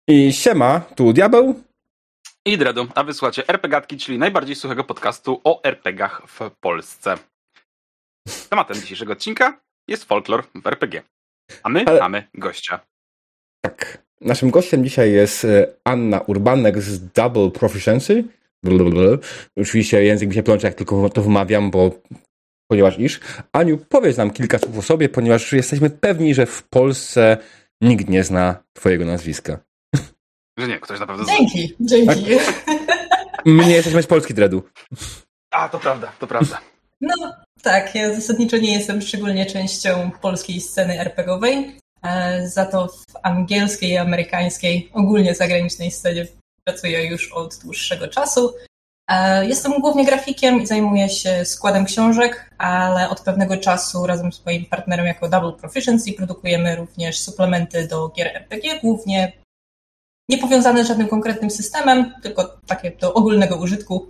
I siema, tu Diabeł. I Dredu, a wysłuchacie RPGatki, czyli najbardziej suchego podcastu o RPGach w Polsce. Tematem dzisiejszego odcinka jest folklor w RPG. A my mamy gościa. Tak, naszym gościem dzisiaj jest Anna Urbanek z Double Proficiency. Oczywiście język mi się plącze, jak tylko to wymawiam, ponieważ Aniu, powiedz nam kilka słów o sobie, ponieważ jesteśmy pewni, że w Polsce nikt nie zna twojego nazwiska. Że nie, ktoś na pewno zna. Dzięki. My nie jesteśmy z Polski, Dredu. A, to prawda. No tak, ja zasadniczo nie jestem szczególnie częścią polskiej sceny RPGowej, za to w angielskiej i amerykańskiej, ogólnie zagranicznej scenie pracuję już od dłuższego czasu. Jestem głównie grafikiem i zajmuję się składem książek, ale od pewnego czasu razem z moim partnerem jako Double Proficiency produkujemy również suplementy do gier RPG, głównie nie powiązane z żadnym konkretnym systemem, tylko takie do ogólnego użytku.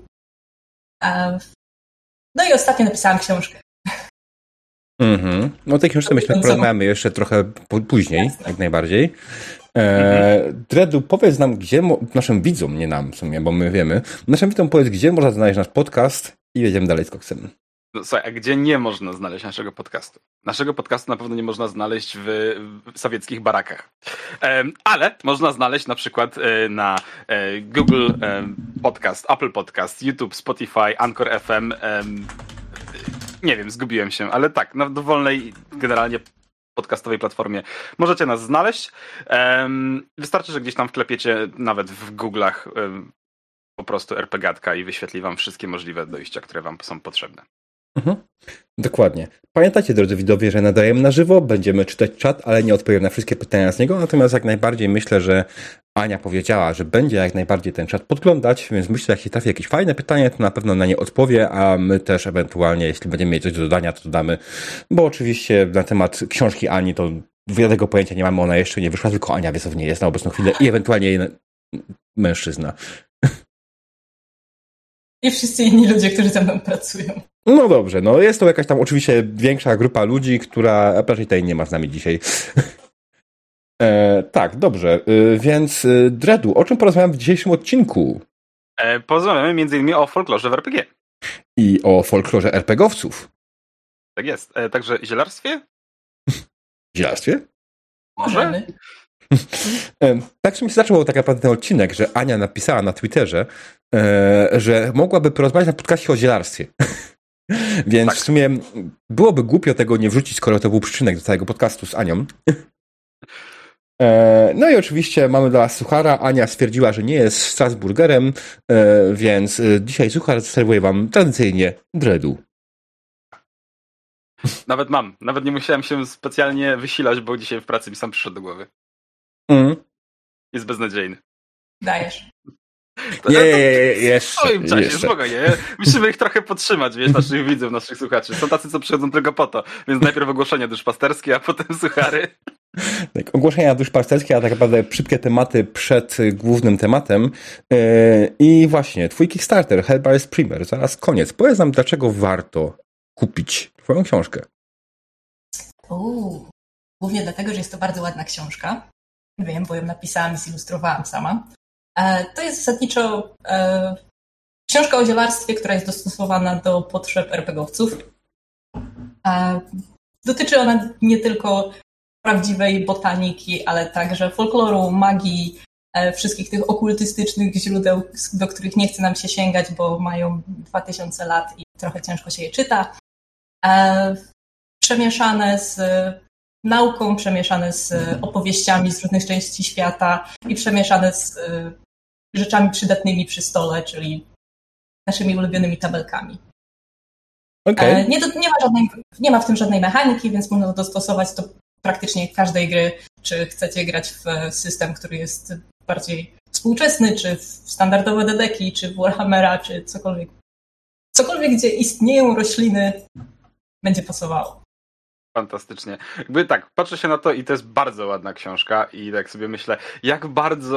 No i ostatnio napisałam książkę. No tej książce myśmy porozmawiamy jeszcze trochę później, jak najbardziej. Dredu, powiedz nam, gdzie naszym widzom, nie nam w sumie, bo my wiemy, naszym widzom powiedz, gdzie można znaleźć nasz podcast i jedziemy dalej z koksem. No, słuchaj, a gdzie nie można znaleźć naszego podcastu? Naszego podcastu na pewno nie można znaleźć w sowieckich barakach. Ale można znaleźć na przykład na Google Podcast, Apple Podcast, YouTube, Spotify, Anchor FM. Nie wiem, zgubiłem się, ale tak, na dowolnej generalnie podcastowej platformie możecie nas znaleźć. Wystarczy, że gdzieś tam wklepiecie nawet w Google'ach po prostu RPGatka i wyświetli wam wszystkie możliwe dojścia, które wam są potrzebne. Dokładnie. Pamiętajcie, drodzy widzowie, że nadajemy na żywo, będziemy czytać czat, ale nie odpowiem na wszystkie pytania z niego, natomiast jak najbardziej myślę, że Ania powiedziała, że będzie jak najbardziej ten czat podglądać, więc myślę, że jak się trafi jakieś fajne pytanie, to na pewno na nie odpowie, a my też ewentualnie, jeśli będziemy mieli coś do dodania, to dodamy, bo oczywiście na temat książki Ani to żadnego pojęcia nie mamy, ona jeszcze nie wyszła, tylko Ania wie, co w niej jest na obecną chwilę i ewentualnie jej mężczyzna. I wszyscy inni ludzie, którzy ze mną pracują. No dobrze, no jest to jakaś tam oczywiście większa grupa ludzi, która raczej tutaj nie ma z nami dzisiaj. Tak, dobrze, więc Dredu, o czym porozmawiamy w dzisiejszym odcinku? Porozmawiamy m.in. o folklorze w RPG. I o folklorze RPGowców. Tak jest, także zielarstwie? Zielarstwie? Może? Tak się zaczął tak naprawdę ten odcinek, że Ania napisała na Twitterze, że mogłaby porozmawiać na podcaście o zielarstwie. Więc tak. W sumie byłoby głupio tego nie wrzucić, skoro to był przyczynek do całego podcastu z Anią. No i oczywiście mamy dla was suchara. Ania stwierdziła, że nie jest Strasburgerem, więc dzisiaj suchar serwuję wam tradycyjnie Dredu. Nawet nie musiałem się specjalnie wysilać, bo dzisiaj w pracy mi sam przyszedł do głowy. Jest beznadziejny. Dajesz. W swoim czasie, spokojnie. Musimy ich trochę podtrzymać, wiesz, naszych widzów, naszych słuchaczy. Są tacy, co przychodzą tylko po to. Więc najpierw ogłoszenia duszpasterskie, a potem suchary. Tak, ogłoszenia duszpasterskie, a tak naprawdę szybkie tematy przed głównym tematem. I właśnie, twój Kickstarter, Hellbars Primer, zaraz koniec. Powiedz nam, dlaczego warto kupić twoją książkę. Głównie dlatego, że jest to bardzo ładna książka. Wiem, bo ją napisałam i zilustrowałam sama. To jest zasadniczo książka o zielarstwie, która jest dostosowana do potrzeb RPGowców. Dotyczy ona nie tylko prawdziwej botaniki, ale także folkloru, magii, wszystkich tych okultystycznych źródeł, do których nie chce nam się sięgać, bo mają 2000 lat i trochę ciężko się je czyta. Przemieszane z nauką, przemieszane z opowieściami z różnych części świata i przemieszane z rzeczami przydatnymi przy stole, czyli naszymi ulubionymi tabelkami. Okay. Nie ma w tym żadnej mechaniki, więc można to dostosować do praktycznie każdej gry, czy chcecie grać w system, który jest bardziej współczesny, czy w standardowe dedeki, czy w Warhammera, czy cokolwiek. Cokolwiek, gdzie istnieją rośliny, będzie pasowało. Fantastycznie. Jakby tak, patrzę się na to i to jest bardzo ładna książka i tak sobie myślę, jak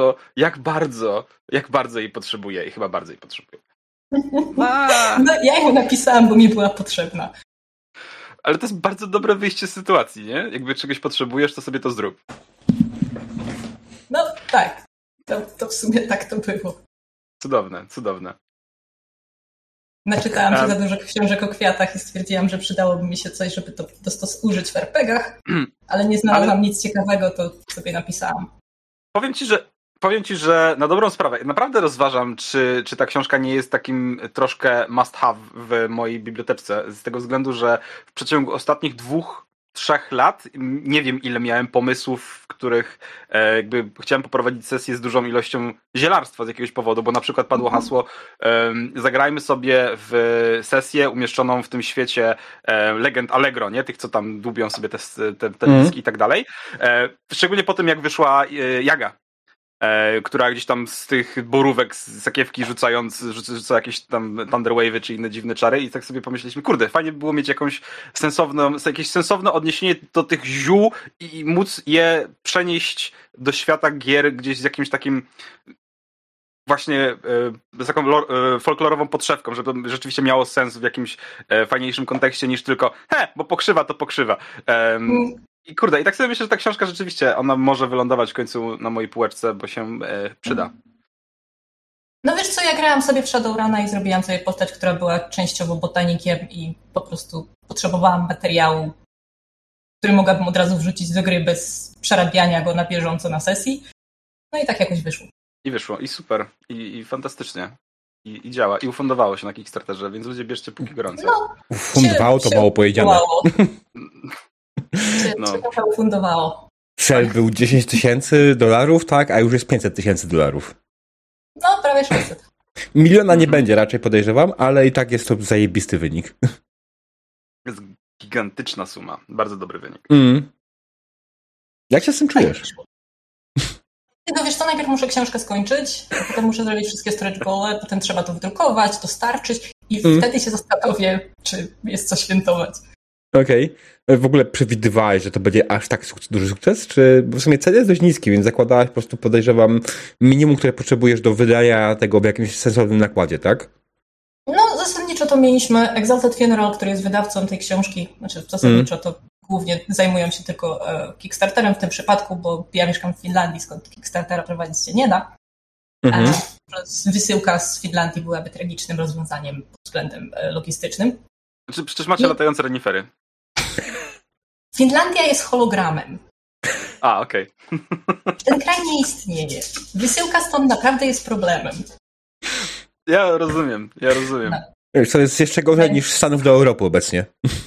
bardzo jej potrzebuję i chyba bardzo jej potrzebuję. No, ja ją napisałam, bo mi była potrzebna. Ale to jest bardzo dobre wyjście z sytuacji, nie? Jakby czegoś potrzebujesz, to sobie to zrób. No tak. To w sumie tak to było. Cudowne. Naczytałam się za dużo książek o kwiatach i stwierdziłam, że przydałoby mi się coś, żeby to użyć w RPGach, ale nie znalazłam nic ciekawego, to sobie napisałam. Powiem ci, że na dobrą sprawę, naprawdę rozważam, czy ta książka nie jest takim troszkę must have w mojej bibliotece, z tego względu, że w przeciągu ostatnich 2-3 lat nie wiem, ile miałem pomysłów, w których jakby chciałem poprowadzić sesję z dużą ilością zielarstwa z jakiegoś powodu, bo na przykład padło hasło zagrajmy sobie w sesję umieszczoną w tym świecie legend Allegro, nie? Tych, co tam dłubią sobie te dyski i tak dalej. Szczególnie po tym, jak wyszła Jaga, która gdzieś tam z tych borówek z sakiewki rzuca jakieś tam Thunder Wave'y czy inne dziwne czary i tak sobie pomyśleliśmy, kurde, fajnie by było mieć jakieś sensowne odniesienie do tych ziół i móc je przenieść do świata gier gdzieś z jakimś takim właśnie z taką folklorową podszewką, żeby to rzeczywiście miało sens w jakimś fajniejszym kontekście niż tylko bo pokrzywa to pokrzywa. I kurde, i tak sobie myślę, że ta książka rzeczywiście, ona może wylądować w końcu na mojej półeczce, bo się przyda. No wiesz co, ja grałam sobie w Shadowruna i zrobiłam sobie postać, która była częściowo botanikiem i po prostu potrzebowałam materiału, który mogłabym od razu wrzucić do gry bez przerabiania go na bieżąco na sesji. No i tak jakoś wyszło. I wyszło, i super, i fantastycznie. I działa, i ufundowało się na Kickstarterze, więc ludzie bierzcie póki gorąco. No, ufundowało to mało powiedziane. Się trochę ufundowało. Cel był $10,000, tak? A już jest $500,000. No, prawie 600. Miliona nie będzie raczej, podejrzewam, ale i tak jest to zajebisty wynik. Jest gigantyczna suma. Bardzo dobry wynik. Jak się z tym czujesz? No wiesz co, najpierw muszę książkę skończyć, potem muszę zrobić wszystkie stretch goale, potem trzeba to wydrukować, dostarczyć i wtedy się zastanowię, czy jest co świętować. Okej. W ogóle przewidywałeś, że to będzie aż tak duży sukces? Czy w sumie cel jest dość niski, więc zakładałaś po prostu, podejrzewam, minimum, które potrzebujesz do wydania tego w jakimś sensownym nakładzie, tak? No, zasadniczo to mieliśmy Exalted Funeral, który jest wydawcą tej książki. Znaczy, zasadniczo to głównie zajmują się tylko Kickstarterem w tym przypadku, bo ja mieszkam w Finlandii, skąd Kickstartera prowadzić się nie da. Wysyłka z Finlandii byłaby tragicznym rozwiązaniem pod względem logistycznym. Znaczy, przecież macie latające renifery. Finlandia jest hologramem. Okej. Ten kraj nie istnieje. Wysyłka stąd naprawdę jest problemem. Ja rozumiem. No. To jest jeszcze gorzej niż Stanów do Europy obecnie.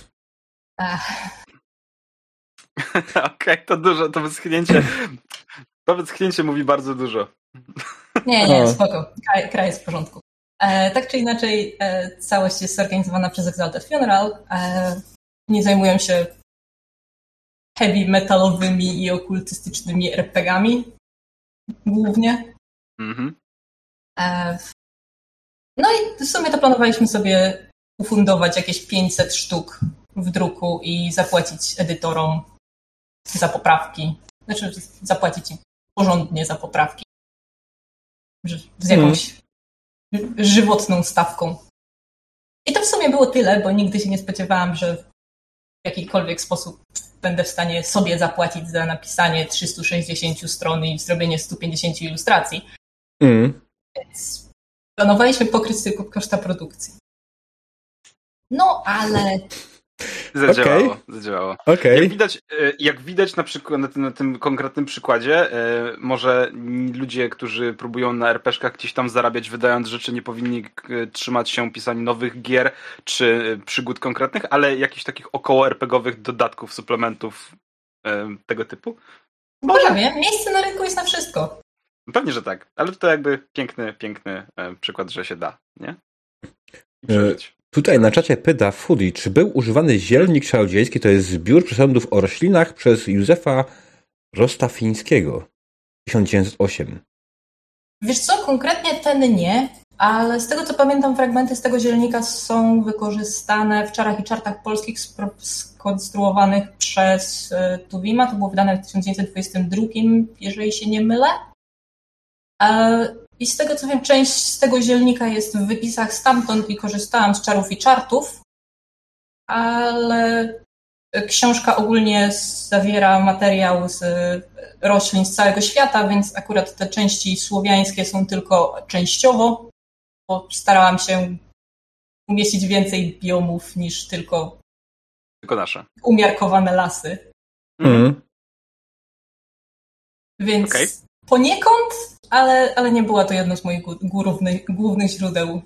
Okej, to dużo, to wyschnięcie mówi bardzo dużo. Nie, spoko. Kraj jest w porządku. Tak czy inaczej, całość jest zorganizowana przez Exalted Funeral. Nie zajmują się heavy metalowymi i okultystycznymi RPG-ami głównie. No i w sumie to planowaliśmy sobie ufundować jakieś 500 sztuk w druku i zapłacić edytorom za poprawki. Znaczy zapłacić im porządnie za poprawki. Z jakąś żywotną stawką. I to w sumie było tyle, bo nigdy się nie spodziewałam, że w jakikolwiek sposób będę w stanie sobie zapłacić za napisanie 360 stron i zrobienie 150 ilustracji. Więc planowaliśmy pokryć tylko koszta produkcji. No, ale... Zadziałało. Okay. Jak widać na przykład na tym konkretnym przykładzie, może ludzie, którzy próbują na RPG-kach gdzieś tam zarabiać, wydając rzeczy, nie powinni trzymać się pisania nowych gier czy przygód konkretnych, ale jakichś takich około RPGowych dodatków, suplementów tego typu? Może wiem, miejsce na rynku jest na wszystko. Pewnie, że tak, ale to jakby piękny przykład, że się da, nie? Tutaj na czacie pyta Foodie, czy był używany zielnik czarodziejski, to jest zbiór przesądów o roślinach przez Józefa Rostafińskiego 1908. Wiesz co, konkretnie ten nie, ale z tego co pamiętam, fragmenty z tego zielnika są wykorzystane w Czarach i Czartach polskich skonstruowanych przez Tuwima. To było wydane w 1922, jeżeli się nie mylę. I z tego co wiem, część z tego zielnika jest w wypisach stamtąd i korzystałam z Czarów i Czartów, ale książka ogólnie zawiera materiał z roślin z całego świata, więc akurat te części słowiańskie są tylko częściowo, bo starałam się umieścić więcej biomów niż tylko nasze umiarkowane lasy. Więc poniekąd, ale nie była to jedno z moich głównych źródeł.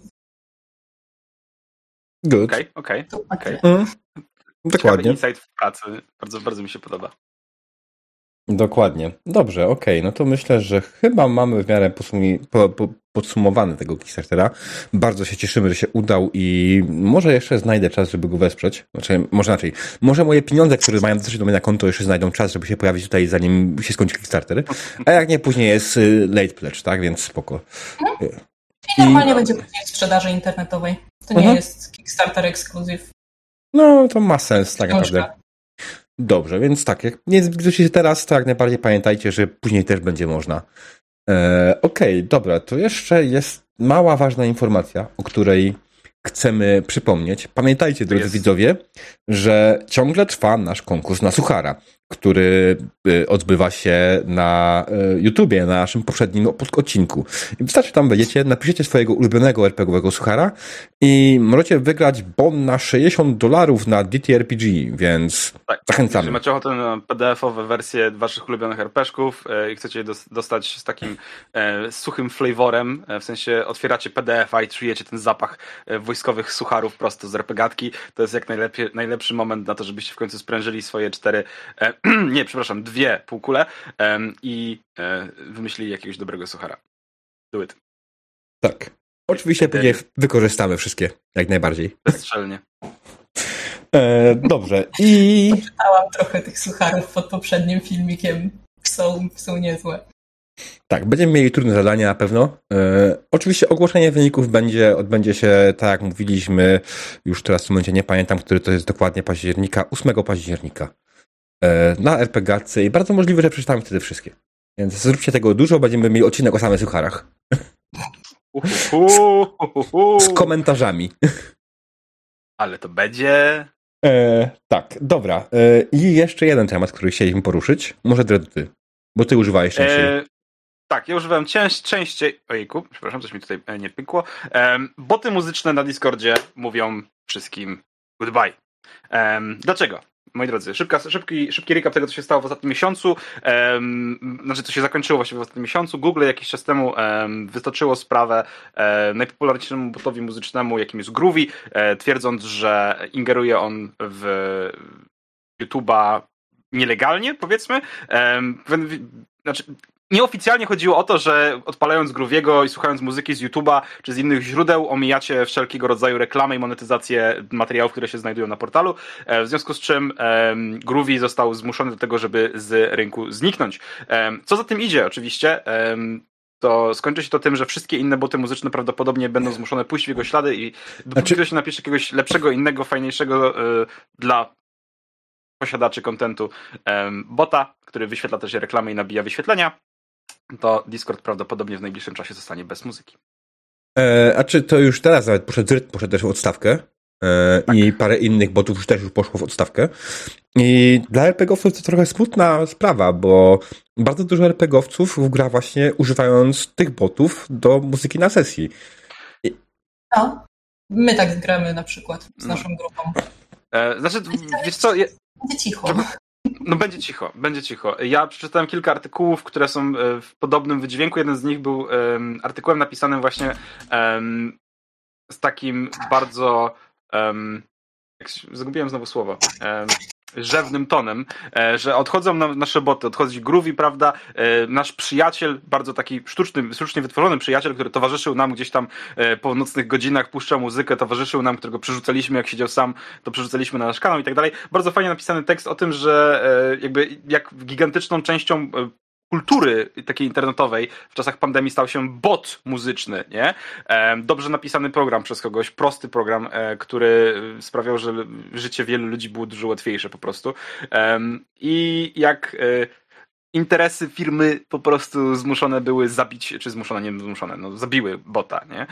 Good. Okej. Dokładnie. Insight w pracy. Bardzo, bardzo mi się podoba. Dokładnie. Dobrze, okej. No to myślę, że chyba mamy w miarę podsumowane tego Kickstartera. Bardzo się cieszymy, że się udał i może jeszcze znajdę czas, żeby go wesprzeć. Może moje pieniądze, które mają dotrzeć do mnie na konto, jeszcze znajdą czas, żeby się pojawić tutaj, zanim się skończy Kickstarter. A jak nie, później jest late pledge, tak? Więc spoko. I normalnie będzie później w sprzedaży internetowej. To nie jest Kickstarter Exclusive. No, to ma sens tak naprawdę. Dobrze, więc tak, jak nie zbliżycie się teraz, to jak najbardziej pamiętajcie, że później też będzie można. Okej, dobra, to jeszcze jest mała, ważna informacja, o której chcemy przypomnieć. Pamiętajcie, drodzy widzowie, że ciągle trwa nasz konkurs na suchara, który odbywa się na YouTubie, na naszym poprzednim odcinku. I wystarczy tam wejdziecie, napiszecie swojego ulubionego RPG-owego suchara i możecie wygrać bon na $60 na DTRPG, więc zachęcamy. Jeśli macie ochotę na PDF-owe wersje waszych ulubionych RPG-ków i chcecie je dostać z takim suchym flavorem, w sensie otwieracie PDF-a i czujecie ten zapach wojskowych sucharów prosto z RPG-atki, to jest jak najlepszy moment na to, żebyście w końcu sprężyli swoje 2 półkule i wymyślili jakiegoś dobrego suchara. Do it. Tak. Oczywiście później wykorzystamy wszystkie, jak najbardziej. Bezstrzelnie. Dobrze. I Czytałam trochę tych sucharów pod poprzednim filmikiem. Są niezłe. Tak, będziemy mieli trudne zadania na pewno. Oczywiście ogłoszenie wyników odbędzie się, tak jak mówiliśmy, już teraz w tym momencie nie pamiętam, który to jest dokładnie października, 8 października. Na RPGacy i bardzo możliwe, że przeczytamy wtedy wszystkie. Więc zróbcie tego dużo, będziemy mieli odcinek o samych sucharach. Z komentarzami. Ale to będzie... Tak, dobra. I jeszcze jeden temat, który chcieliśmy poruszyć. Może Dread ty, bo ty używałeś częściej. Tak, ja używałem częściej... Ojejku, przepraszam, coś mi tutaj nie pykło. Boty muzyczne na Discordzie mówią wszystkim goodbye. Dlaczego? Moi drodzy, szybki recap tego, co się stało w ostatnim miesiącu. Co się zakończyło właściwie w ostatnim miesiącu. Google jakiś czas temu wytoczyło sprawę najpopularniejszemu botowi muzycznemu, jakim jest Groovy, twierdząc, że ingeruje on w YouTube'a nielegalnie, powiedzmy. Nieoficjalnie chodziło o to, że odpalając Grooviego i słuchając muzyki z YouTube'a czy z innych źródeł, omijacie wszelkiego rodzaju reklamy i monetyzację materiałów, które się znajdują na portalu, w związku z czym Groovy został zmuszony do tego, żeby z rynku zniknąć. Co za tym idzie oczywiście, to skończy się to tym, że wszystkie inne boty muzyczne prawdopodobnie będą zmuszone pójść w jego ślady i dopóki ktoś napisze jakiegoś lepszego, innego, fajniejszego dla posiadaczy kontentu bota, który wyświetla też reklamy i nabija wyświetlenia, to Discord prawdopodobnie w najbliższym czasie zostanie bez muzyki. A czy to już teraz nawet poszedł też w odstawkę tak. I parę innych botów też już poszło w odstawkę. I dla RPGowców to trochę smutna sprawa, bo bardzo dużo RPGowców gra właśnie używając tych botów do muzyki na sesji. No, my tak gramy na przykład z naszą grupą. Wiesz co... Będzie cicho. No będzie cicho. Ja przeczytałem kilka artykułów, które są w podobnym wydźwięku. Jeden z nich był artykułem napisanym właśnie z takim bardzo zgubiłem znowu słowo. Rzewnym tonem, że odchodzą nam nasze boty, odchodzi Groovy, prawda, nasz przyjaciel, bardzo taki sztucznie wytworzony przyjaciel, który towarzyszył nam gdzieś tam po nocnych godzinach, puszczał muzykę, towarzyszył nam, którego przerzucaliśmy, jak siedział sam, to przerzucaliśmy na nasz kanał i tak dalej. Bardzo fajnie napisany tekst o tym, że jak gigantyczną częścią kultury takiej internetowej w czasach pandemii stał się bot muzyczny, nie? Dobrze napisany program przez kogoś, prosty program, który sprawiał, że życie wielu ludzi było dużo łatwiejsze po prostu. I jak interesy firmy po prostu zmuszone były zabić, czy zabiły bota, nie?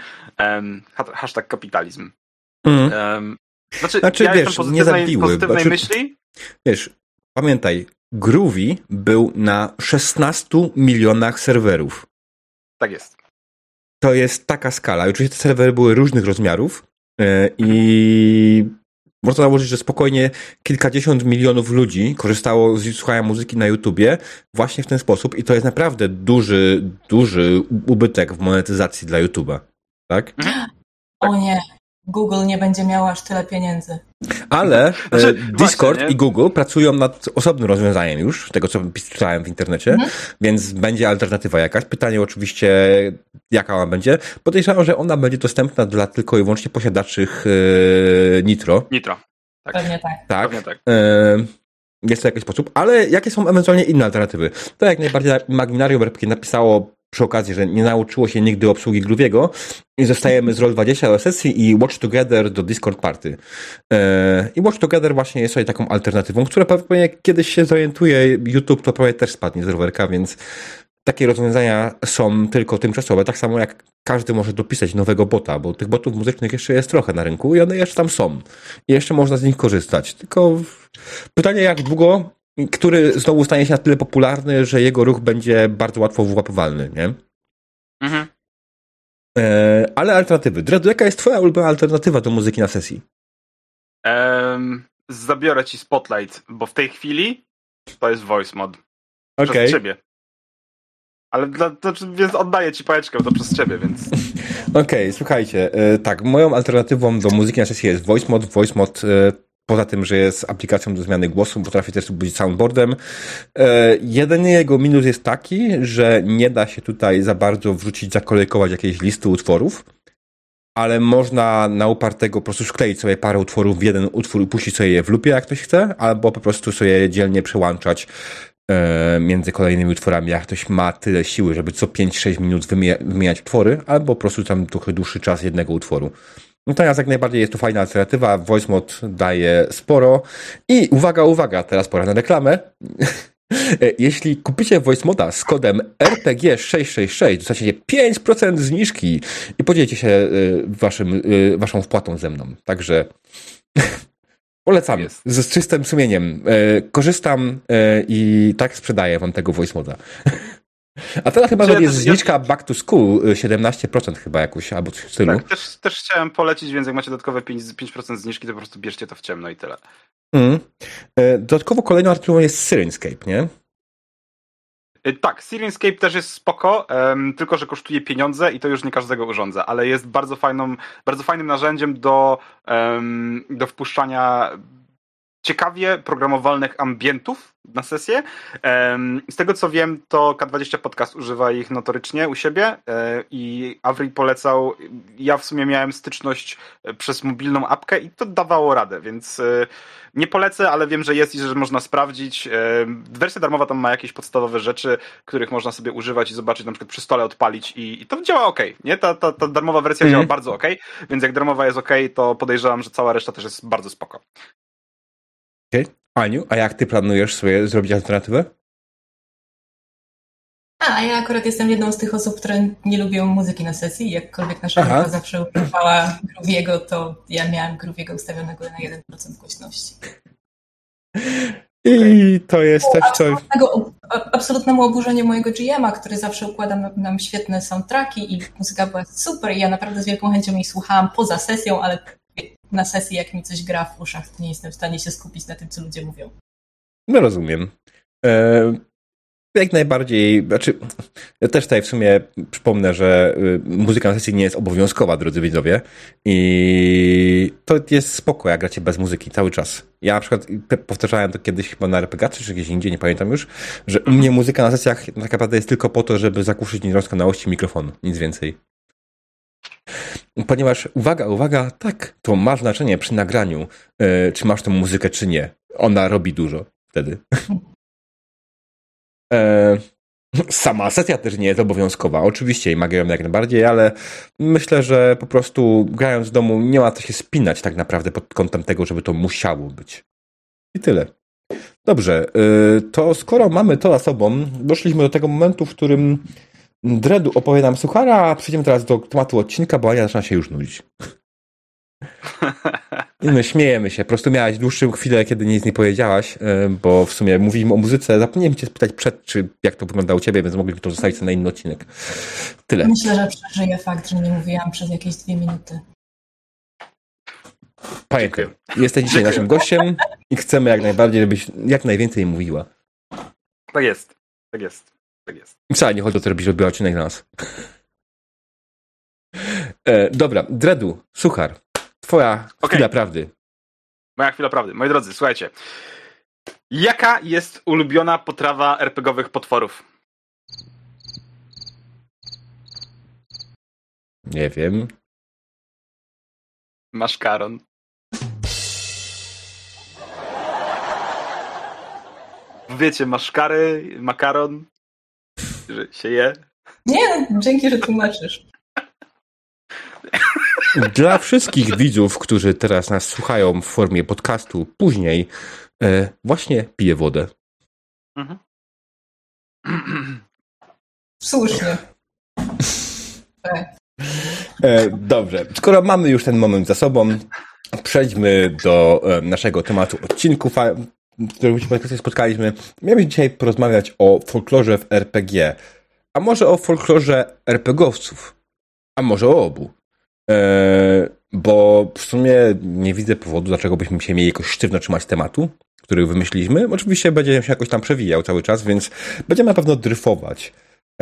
Hashtag kapitalizm. Ja wiesz, jestem nie zabiły. Pozytywnej myśli, Wiesz, pamiętaj, Groovy był na 16 milionach serwerów. Tak jest. To jest taka skala. Oczywiście te serwery były różnych rozmiarów i można założyć, że spokojnie kilkadziesiąt milionów ludzi korzystało z słuchania muzyki na YouTubie właśnie w ten sposób i to jest naprawdę duży ubytek w monetyzacji dla YouTube'a. Tak? O nie, Google nie będzie miał aż tyle pieniędzy. Ale Discord właśnie, i Google pracują nad osobnym rozwiązaniem już, tego co pisałem w internecie, więc będzie alternatywa jakaś. Pytanie oczywiście, jaka ona będzie. Podejrzewam, że ona będzie dostępna dla tylko i wyłącznie posiadaczy Nitro. Nitro. Tak. Pewnie tak. Tak. Pewnie tak. Jest to jakiś sposób, ale jakie są ewentualnie inne alternatywy? To jak najbardziej Imaginarium RPG napisało przy okazji, że nie nauczyło się nigdy obsługi Grooviego i zostajemy z Roll20 do sesji i Watch Together do Discord Party. I Watch Together właśnie jest sobie taką alternatywą, która pewnie kiedyś się zorientuje, YouTube to prawie też spadnie z rowerka, więc takie rozwiązania są tylko tymczasowe, tak samo jak każdy może dopisać nowego bota, bo tych botów muzycznych jeszcze jest trochę na rynku i one jeszcze tam są. I jeszcze można z nich korzystać. Tylko pytanie, jak długo, który znowu stanie się na tyle popularny, że jego ruch będzie bardzo łatwo wyłapywalny, nie? Mhm. Ale alternatywy. Dredu, jaka jest twoja ulubiona alternatywa do muzyki na sesji? Zabiorę ci Spotlight, bo w tej chwili to jest voice mod. Okej. Przez ciebie. Ale więc oddaję ci pałeczkę, to przez ciebie, więc... Okej, słuchajcie. Tak, moją alternatywą do muzyki na sesji jest voice mod. Voice mod, poza tym, że jest aplikacją do zmiany głosu, potrafi też być soundboardem. Jedyny jego minus jest taki, że nie da się tutaj za bardzo wrzucić, zakolejkować jakiejś listy utworów, ale można na upartego po prostu wkleić sobie parę utworów w jeden utwór i puścić sobie je w lupie, jak ktoś chce, albo po prostu sobie dzielnie przełączać między kolejnymi utworami, jak ktoś ma tyle siły, żeby co 5-6 minut wymieniać utwory, albo po prostu tam trochę dłuższy czas jednego utworu. Natomiast jak najbardziej jest to fajna alternatywa, Voice Mod daje sporo i uwaga, teraz pora na reklamę. Jeśli kupicie Voice Moda z kodem RPG666, dostaniecie 5% zniżki i podzielicie się waszą wpłatą ze mną. Także polecam, z czystym sumieniem. Korzystam i tak sprzedaję wam tego Voice Moda. A teraz chyba jest zniżka Back to School 17% chyba jakoś, albo coś w stylu. Tak, też chciałem polecić, więc jak macie dodatkowe 5% zniżki, to po prostu bierzcie to w ciemno i tyle. Dodatkowo kolejną alternatywą jest Syrinscape, nie? Tak, Syrinscape też jest spoko, tylko że kosztuje pieniądze i to już nie każdego urządza, ale jest bardzo fajnym narzędziem do wpuszczania ciekawie programowalnych ambientów na sesję. Z tego co wiem, to K20 Podcast używa ich notorycznie u siebie i Avril polecał. Ja w sumie miałem styczność przez mobilną apkę i to dawało radę, więc nie polecę, ale wiem, że jest i że można sprawdzić. Wersja darmowa tam ma jakieś podstawowe rzeczy, których można sobie używać i zobaczyć, na przykład przy stole odpalić i to działa ok, nie? Ta darmowa wersja działa bardzo ok, więc jak darmowa jest ok, to podejrzewam, że cała reszta też jest bardzo spoko. Okay. Aniu, a jak ty planujesz sobie zrobić alternatywę? Ja akurat jestem jedną z tych osób, które nie lubią muzyki na sesji. Jakkolwiek nasza grupa zawsze używała Grooviego, to ja miałem Grooviego ustawionego na 1% głośności. I to jest też coś... Absolutnemu oburzeniu mojego GM-a, który zawsze układa nam świetne soundtracki i muzyka była super i ja naprawdę z wielką chęcią jej słuchałam poza sesją, ale na sesji, jak mi coś gra w uszach, to nie jestem w stanie się skupić na tym, co ludzie mówią. No rozumiem. Jak najbardziej, znaczy, ja też tutaj w sumie przypomnę, że muzyka na sesji nie jest obowiązkowa, drodzy widzowie, i to jest spoko, jak gracie bez muzyki cały czas. Ja na przykład powtarzałem to kiedyś chyba na RPG, czy gdzieś indziej, nie pamiętam już, że u mnie muzyka na sesjach tak naprawdę jest tylko po to, żeby zagłuszyć niedoskonałości mikrofonu, nic więcej. Ponieważ, uwaga, tak, to ma znaczenie przy nagraniu, czy masz tą muzykę, czy nie. Ona robi dużo wtedy. Sama sesja też nie jest obowiązkowa. Oczywiście Imaginarium jak najbardziej, ale myślę, że po prostu grając w domu nie ma co się spinać tak naprawdę pod kątem tego, żeby to musiało być. I tyle. Dobrze, to skoro mamy to za sobą, doszliśmy do tego momentu, w którym Dredu opowie nam suchara, a przejdziemy teraz do tematu odcinka, bo Ania zaczyna się już nudzić. No, śmiejemy się. Po prostu miałaś dłuższą chwilę, kiedy nic nie powiedziałaś, bo w sumie mówiliśmy o muzyce. Zapomniałem cię spytać jak to wygląda u ciebie, więc mogliśmy to zostawić na inny odcinek. Tyle. Myślę, że przeżyję fakt, że nie mówiłam przez jakieś 2 minuty. Pamiętaj, jesteś dzisiaj naszym gościem i chcemy jak najbardziej, żebyś jak najwięcej mówiła. Tak jest. I wcale nie chodzi o to, żebyś robiła odcinek na nas. Dobra, Dredu, suchar. Twoja chwila prawdy. Moja chwila prawdy. Moi drodzy, słuchajcie. Jaka jest ulubiona potrawa RPGowych potworów? Nie wiem. Maszkaron. Wiecie, makaron, że się je. Nie, dzięki, że tłumaczysz. Dla wszystkich widzów, którzy teraz nas słuchają w formie podcastu później, właśnie piję wodę. Mhm. Słusznie. Dobrze, skoro mamy już ten moment za sobą, przejdźmy do naszego tematu odcinku, w którym się spotkaliśmy. Mieliśmy dzisiaj porozmawiać o folklorze w RPG. A może o folklorze RPGowców? A może o obu? Bo w sumie nie widzę powodu, dlaczego byśmy się mieli jakoś sztywno trzymać tematu, który wymyśliliśmy. Oczywiście będzie się jakoś tam przewijał cały czas, więc będziemy na pewno dryfować.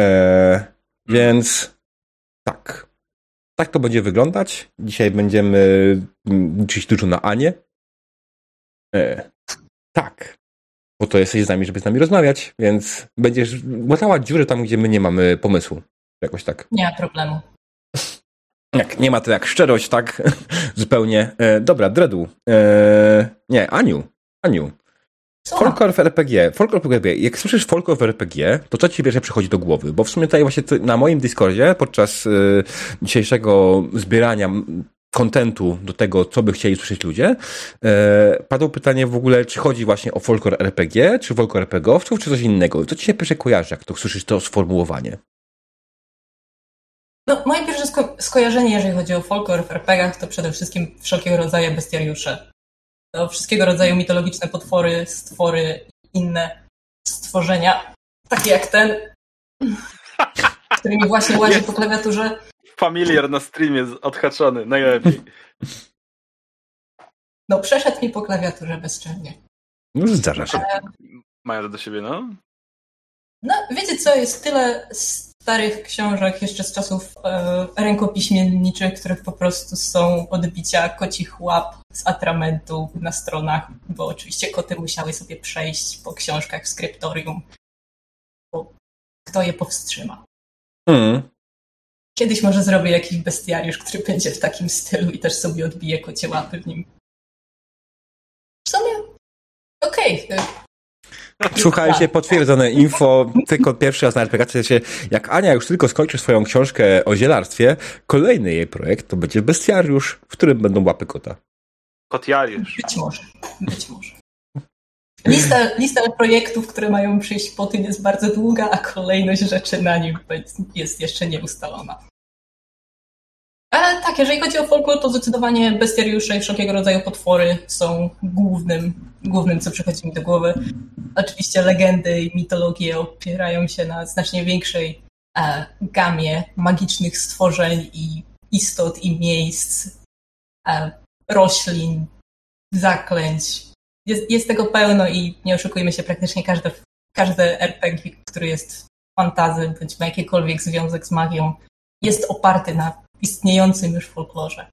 Więc tak. Tak to będzie wyglądać. Dzisiaj będziemy liczyć dużo na Anię. Tak. Bo to jesteś z nami, żeby z nami rozmawiać, więc będziesz łatała dziurę tam, gdzie my nie mamy pomysłu. Jakoś tak. Nie ma problemu. Jak nie ma to jak szczerość, tak? Zupełnie. Dobra, Dredu. Nie, Aniu. Folklor w RPG. Jak słyszysz folklor w RPG, to co ci pierwsze przychodzi do głowy? Bo w sumie tutaj właśnie na moim Discordzie podczas dzisiejszego zbierania kontentu do tego, co by chcieli słyszeć ludzie, padło pytanie w ogóle, czy chodzi właśnie o folklor RPG, czy folklor RPGowców, czy coś innego. Co ci się pierwsze kojarzy, jak to słyszysz to sformułowanie? No, moje pierwsze skojarzenie, jeżeli chodzi o folklor w RPGach, to przede wszystkim wszelkiego rodzaju bestiariusze. To wszystkiego rodzaju mitologiczne potwory, stwory i inne stworzenia, takie jak ten, którymi właśnie łazi po klawiaturze. Familiar na streamie odhaczony, najlepiej. No, przeszedł mi po klawiaturze bezczelnie. No, zdarza się. Mają to do siebie, no? No, wiecie co, jest tyle starych książek jeszcze z czasów rękopiśmienniczych, których po prostu są odbicia kocich łap z atramentu na stronach, bo oczywiście koty musiały sobie przejść po książkach w skryptorium, bo kto je powstrzyma. Kiedyś może zrobię jakiś bestiariusz, który będzie w takim stylu i też sobie odbije kocie łapy w nim. W sumie okej. Słuchajcie, potwierdzone info, tylko pierwszy raz na RPG, jak Ania już tylko skończy swoją książkę o zielarstwie, kolejny jej projekt to będzie bestiariusz, w którym będą łapy kota. Kotiariusz. Być może. Lista projektów, które mają przyjść po tym jest bardzo długa, a kolejność rzeczy na nim jest jeszcze nieustalona. Ale tak, jeżeli chodzi o folklor, to zdecydowanie bestiariusze i wszelkiego rodzaju potwory są głównym, co przychodzi mi do głowy. Oczywiście legendy i mitologie opierają się na znacznie większej gamie magicznych stworzeń i istot i miejsc, roślin, zaklęć. Jest tego pełno i nie oszukujmy się, praktycznie każde RPG, który jest fantasy bądź ma jakikolwiek związek z magią, jest oparty na istniejącym już folklorze.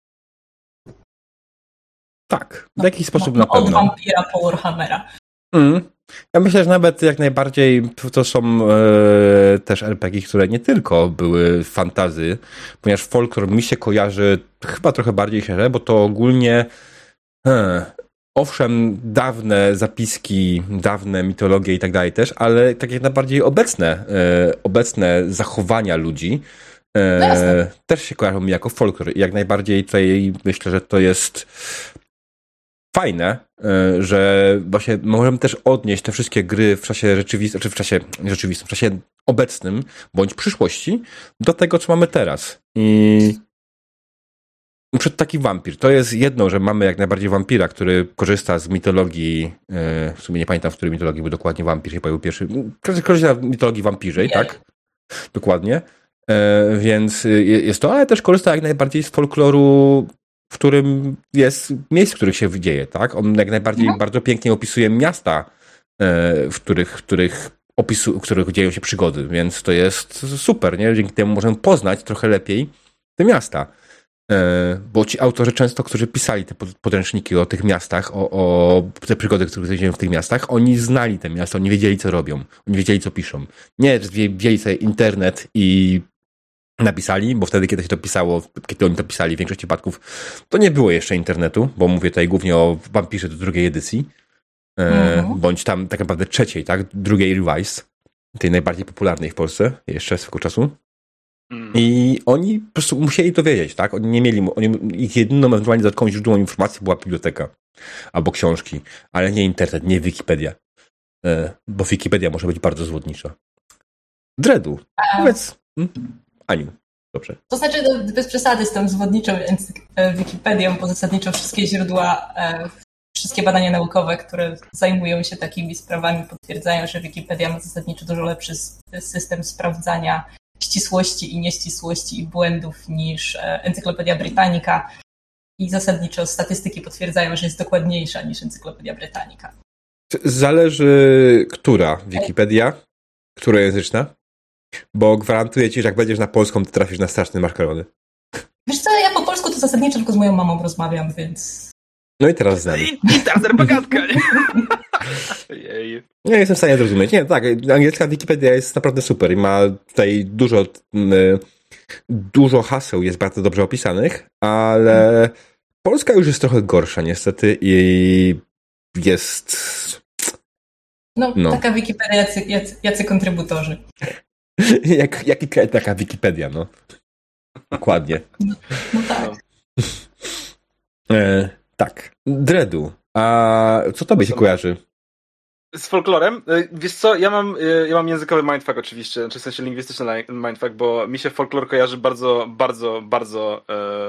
Tak, w jakiś sposób na pewno. Od wampira po Warhammera. Ja myślę, że nawet jak najbardziej to są też RPG, które nie tylko były fantazy, ponieważ folklor mi się kojarzy chyba trochę bardziej szerzej, bo to ogólnie owszem, dawne zapiski, dawne mitologie i tak dalej też, ale tak jak najbardziej obecne zachowania ludzi też się kojarzą mi jako folklor. I jak najbardziej tutaj myślę, że to jest fajne, że właśnie możemy też odnieść te wszystkie gry w czasie rzeczywistym, czy w czasie obecnym, bądź przyszłości, do tego, co mamy teraz. I przed taki wampir. To jest jedno, że mamy jak najbardziej wampira, który korzysta z mitologii, w sumie nie pamiętam, w której mitologii był dokładnie wampir się pojawił pierwszy. Korzysta z mitologii wampirzej, tak? Dokładnie. Więc jest to, ale też korzysta jak najbardziej z folkloru, w którym jest miejsc, w których się dzieje, tak? On jak najbardziej bardzo pięknie opisuje miasta, w których dzieją się przygody, więc to jest super, nie? Dzięki temu możemy poznać trochę lepiej te miasta. Bo ci autorzy często, którzy pisali te podręczniki o tych miastach, o te przygody, które się dzieją w tych miastach, oni znali te miasta, oni wiedzieli, co robią, oni wiedzieli, co piszą. Nie, że wzięli sobie internet i napisali, bo wtedy, kiedy się to pisało, kiedy oni to pisali, w większości przypadków, to nie było jeszcze internetu, bo mówię tutaj głównie o Wampirze do drugiej edycji, bądź tam tak naprawdę trzeciej, tak? Drugiej Revised, tej najbardziej popularnej w Polsce jeszcze swego czasu. I oni po prostu musieli to wiedzieć, tak? Oni nie mieli, ich jedyną ewentualnie dodatkową źródłem informacji była biblioteka albo książki, ale nie internet, nie Wikipedia. Bo Wikipedia może być bardzo zwodnicza. Dredu, powiedz. Aniu, dobrze. To znaczy, bez przesady z tą zwodniczą Wikipedią, bo zasadniczo wszystkie źródła, wszystkie badania naukowe, które zajmują się takimi sprawami, potwierdzają, że Wikipedia ma zasadniczo dużo lepszy system sprawdzania ścisłości i nieścisłości i błędów niż Encyklopedia Britannica i zasadniczo statystyki potwierdzają, że jest dokładniejsza niż Encyklopedia Britannica. Zależy, która Wikipedia, którojęzyczna, bo gwarantuję ci, że jak będziesz na polską, to trafisz na straszne maszkarony. Wiesz co, ja po polsku to zasadniczo tylko z moją mamą rozmawiam, więc... No i teraz z nami. I teraz repagatka, nie? Jej. Nie jestem w stanie zrozumieć. Nie, tak, angielska Wikipedia jest naprawdę super i ma tutaj dużo haseł jest bardzo dobrze opisanych, ale polska już jest trochę gorsza niestety i jest... No. Taka Wikipedia, jacy kontrybutorzy. Jaki kraj, taka Wikipedia, no. Dokładnie. No tak. Tak. Dredu, a co tobie się kojarzy? Z folklorem? Wiesz co, ja mam językowy mindfuck oczywiście, czy w sensie lingwistyczny mindfuck, bo mi się folklor kojarzy bardzo, bardzo, bardzo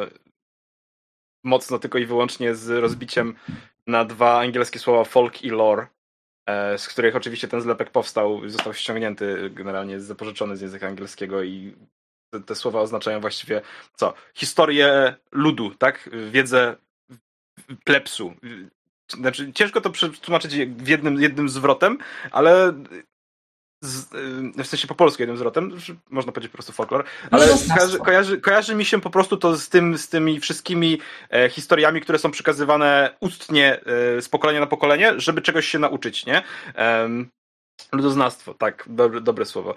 mocno tylko i wyłącznie z rozbiciem na dwa angielskie słowa folk i lore, z których oczywiście ten zlepek powstał, został ściągnięty, generalnie zapożyczony z języka angielskiego i te słowa oznaczają właściwie co? Historię ludu, tak? Wiedzę plebsu. Znaczy, ciężko to przetłumaczyć jednym zwrotem, ale w sensie po polsku jednym zwrotem, można powiedzieć po prostu folklor, ale kojarzy mi się po prostu to z tymi wszystkimi historiami, które są przekazywane ustnie z pokolenia na pokolenie, żeby czegoś się nauczyć, nie? Ludoznawstwo, tak, dobre słowo.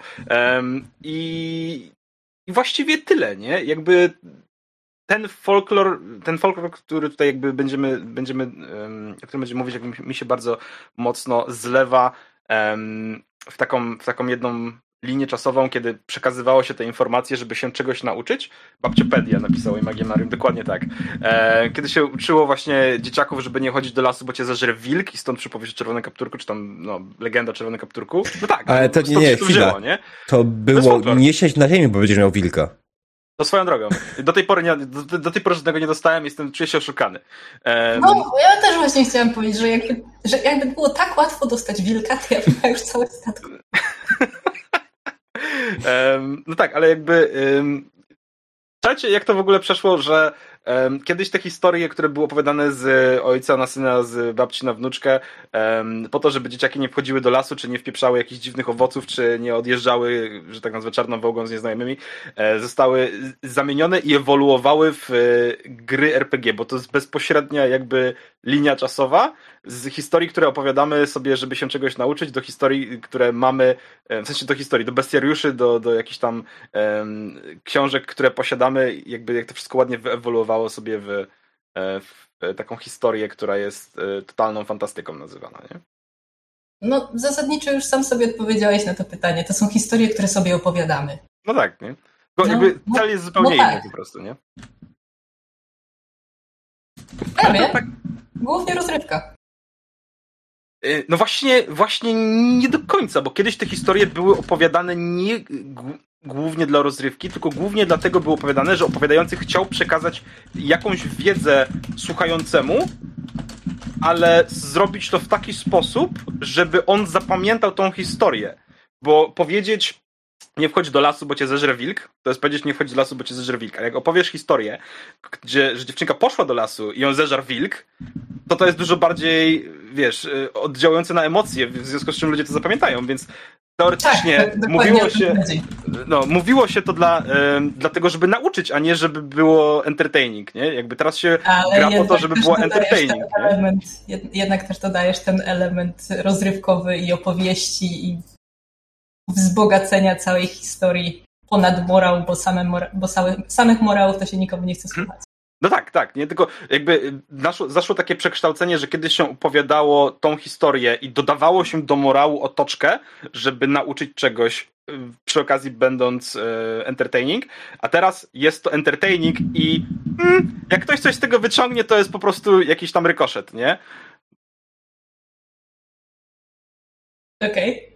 I właściwie tyle, nie? Jakby ten folklor, który tutaj jakby będziemy, o którym będziemy mówić, jakby mi się bardzo mocno zlewa w taką jedną linię czasową, kiedy przekazywało się te informacje, żeby się czegoś nauczyć. Babciopedia napisała Imaginarium, dokładnie tak. Kiedy się uczyło właśnie dzieciaków, żeby nie chodzić do lasu, bo cię zeżre wilk i stąd przypowieść o Czerwonym Kapturku, czy tam legenda o Czerwonym Kapturku. No tak. Ale to nie, chwila. Wzięło, nie? To było nie siedź na ziemi, bo będziesz miał wilka. To swoją drogą. Do tej pory żadnego nie dostałem, czuję się oszukany. No, ja też właśnie chciałam powiedzieć, że jakby było tak łatwo dostać wilka, to ja bym miał już całe statko. No tak, ale jakby słuchajcie, jak to w ogóle przeszło, że kiedyś te historie, które były opowiadane z ojca na syna, z babci na wnuczkę, po to, żeby dzieciaki nie wchodziły do lasu, czy nie wpieprzały jakichś dziwnych owoców, czy nie odjeżdżały, że tak nazwę, czarną wołgą z nieznajomymi, zostały zamienione i ewoluowały w gry RPG, bo to jest bezpośrednia jakby linia czasowa z historii, które opowiadamy sobie, żeby się czegoś nauczyć, do historii, które mamy, w sensie do historii, do bestiariuszy, do jakichś tam książek, które posiadamy, jakby jak to wszystko ładnie wyewoluowało sobie w taką historię, która jest totalną fantastyką nazywana, nie? No, zasadniczo już sam sobie odpowiedziałeś na to pytanie. To są historie, które sobie opowiadamy. No tak, nie? Jakby cel jest zupełnie inny po prostu, nie? Prawie. Tak. Głównie rozrywka. No właśnie nie do końca, bo kiedyś te historie były opowiadane głównie dla rozrywki, tylko głównie dlatego było opowiadane, że opowiadający chciał przekazać jakąś wiedzę słuchającemu, ale zrobić to w taki sposób, żeby on zapamiętał tą historię. Bo powiedzieć nie wchodź do lasu, bo cię zeżre wilk, to jest powiedzieć nie wchodź do lasu, bo cię zeżre wilk. Ale jak opowiesz historię, że dziewczynka poszła do lasu i ją zeżarł wilk, to jest dużo bardziej, wiesz, oddziałujące na emocje, w związku z czym ludzie to zapamiętają, więc teoretycznie mówiło się to dlatego, żeby nauczyć, a nie żeby było entertaining, nie? Jakby teraz się gra po to, żeby było entertaining. Jednak też dodajesz ten element rozrywkowy i opowieści i wzbogacenia całej historii ponad morał, bo samych morałów to się nikomu nie chce słuchać. No tak, nie? Tylko jakby zaszło takie przekształcenie, że kiedyś się opowiadało tą historię i dodawało się do morału otoczkę, żeby nauczyć czegoś przy okazji będąc entertaining, a teraz jest to entertaining i jak ktoś coś z tego wyciągnie, to jest po prostu jakiś tam rykoszet, nie? Okej.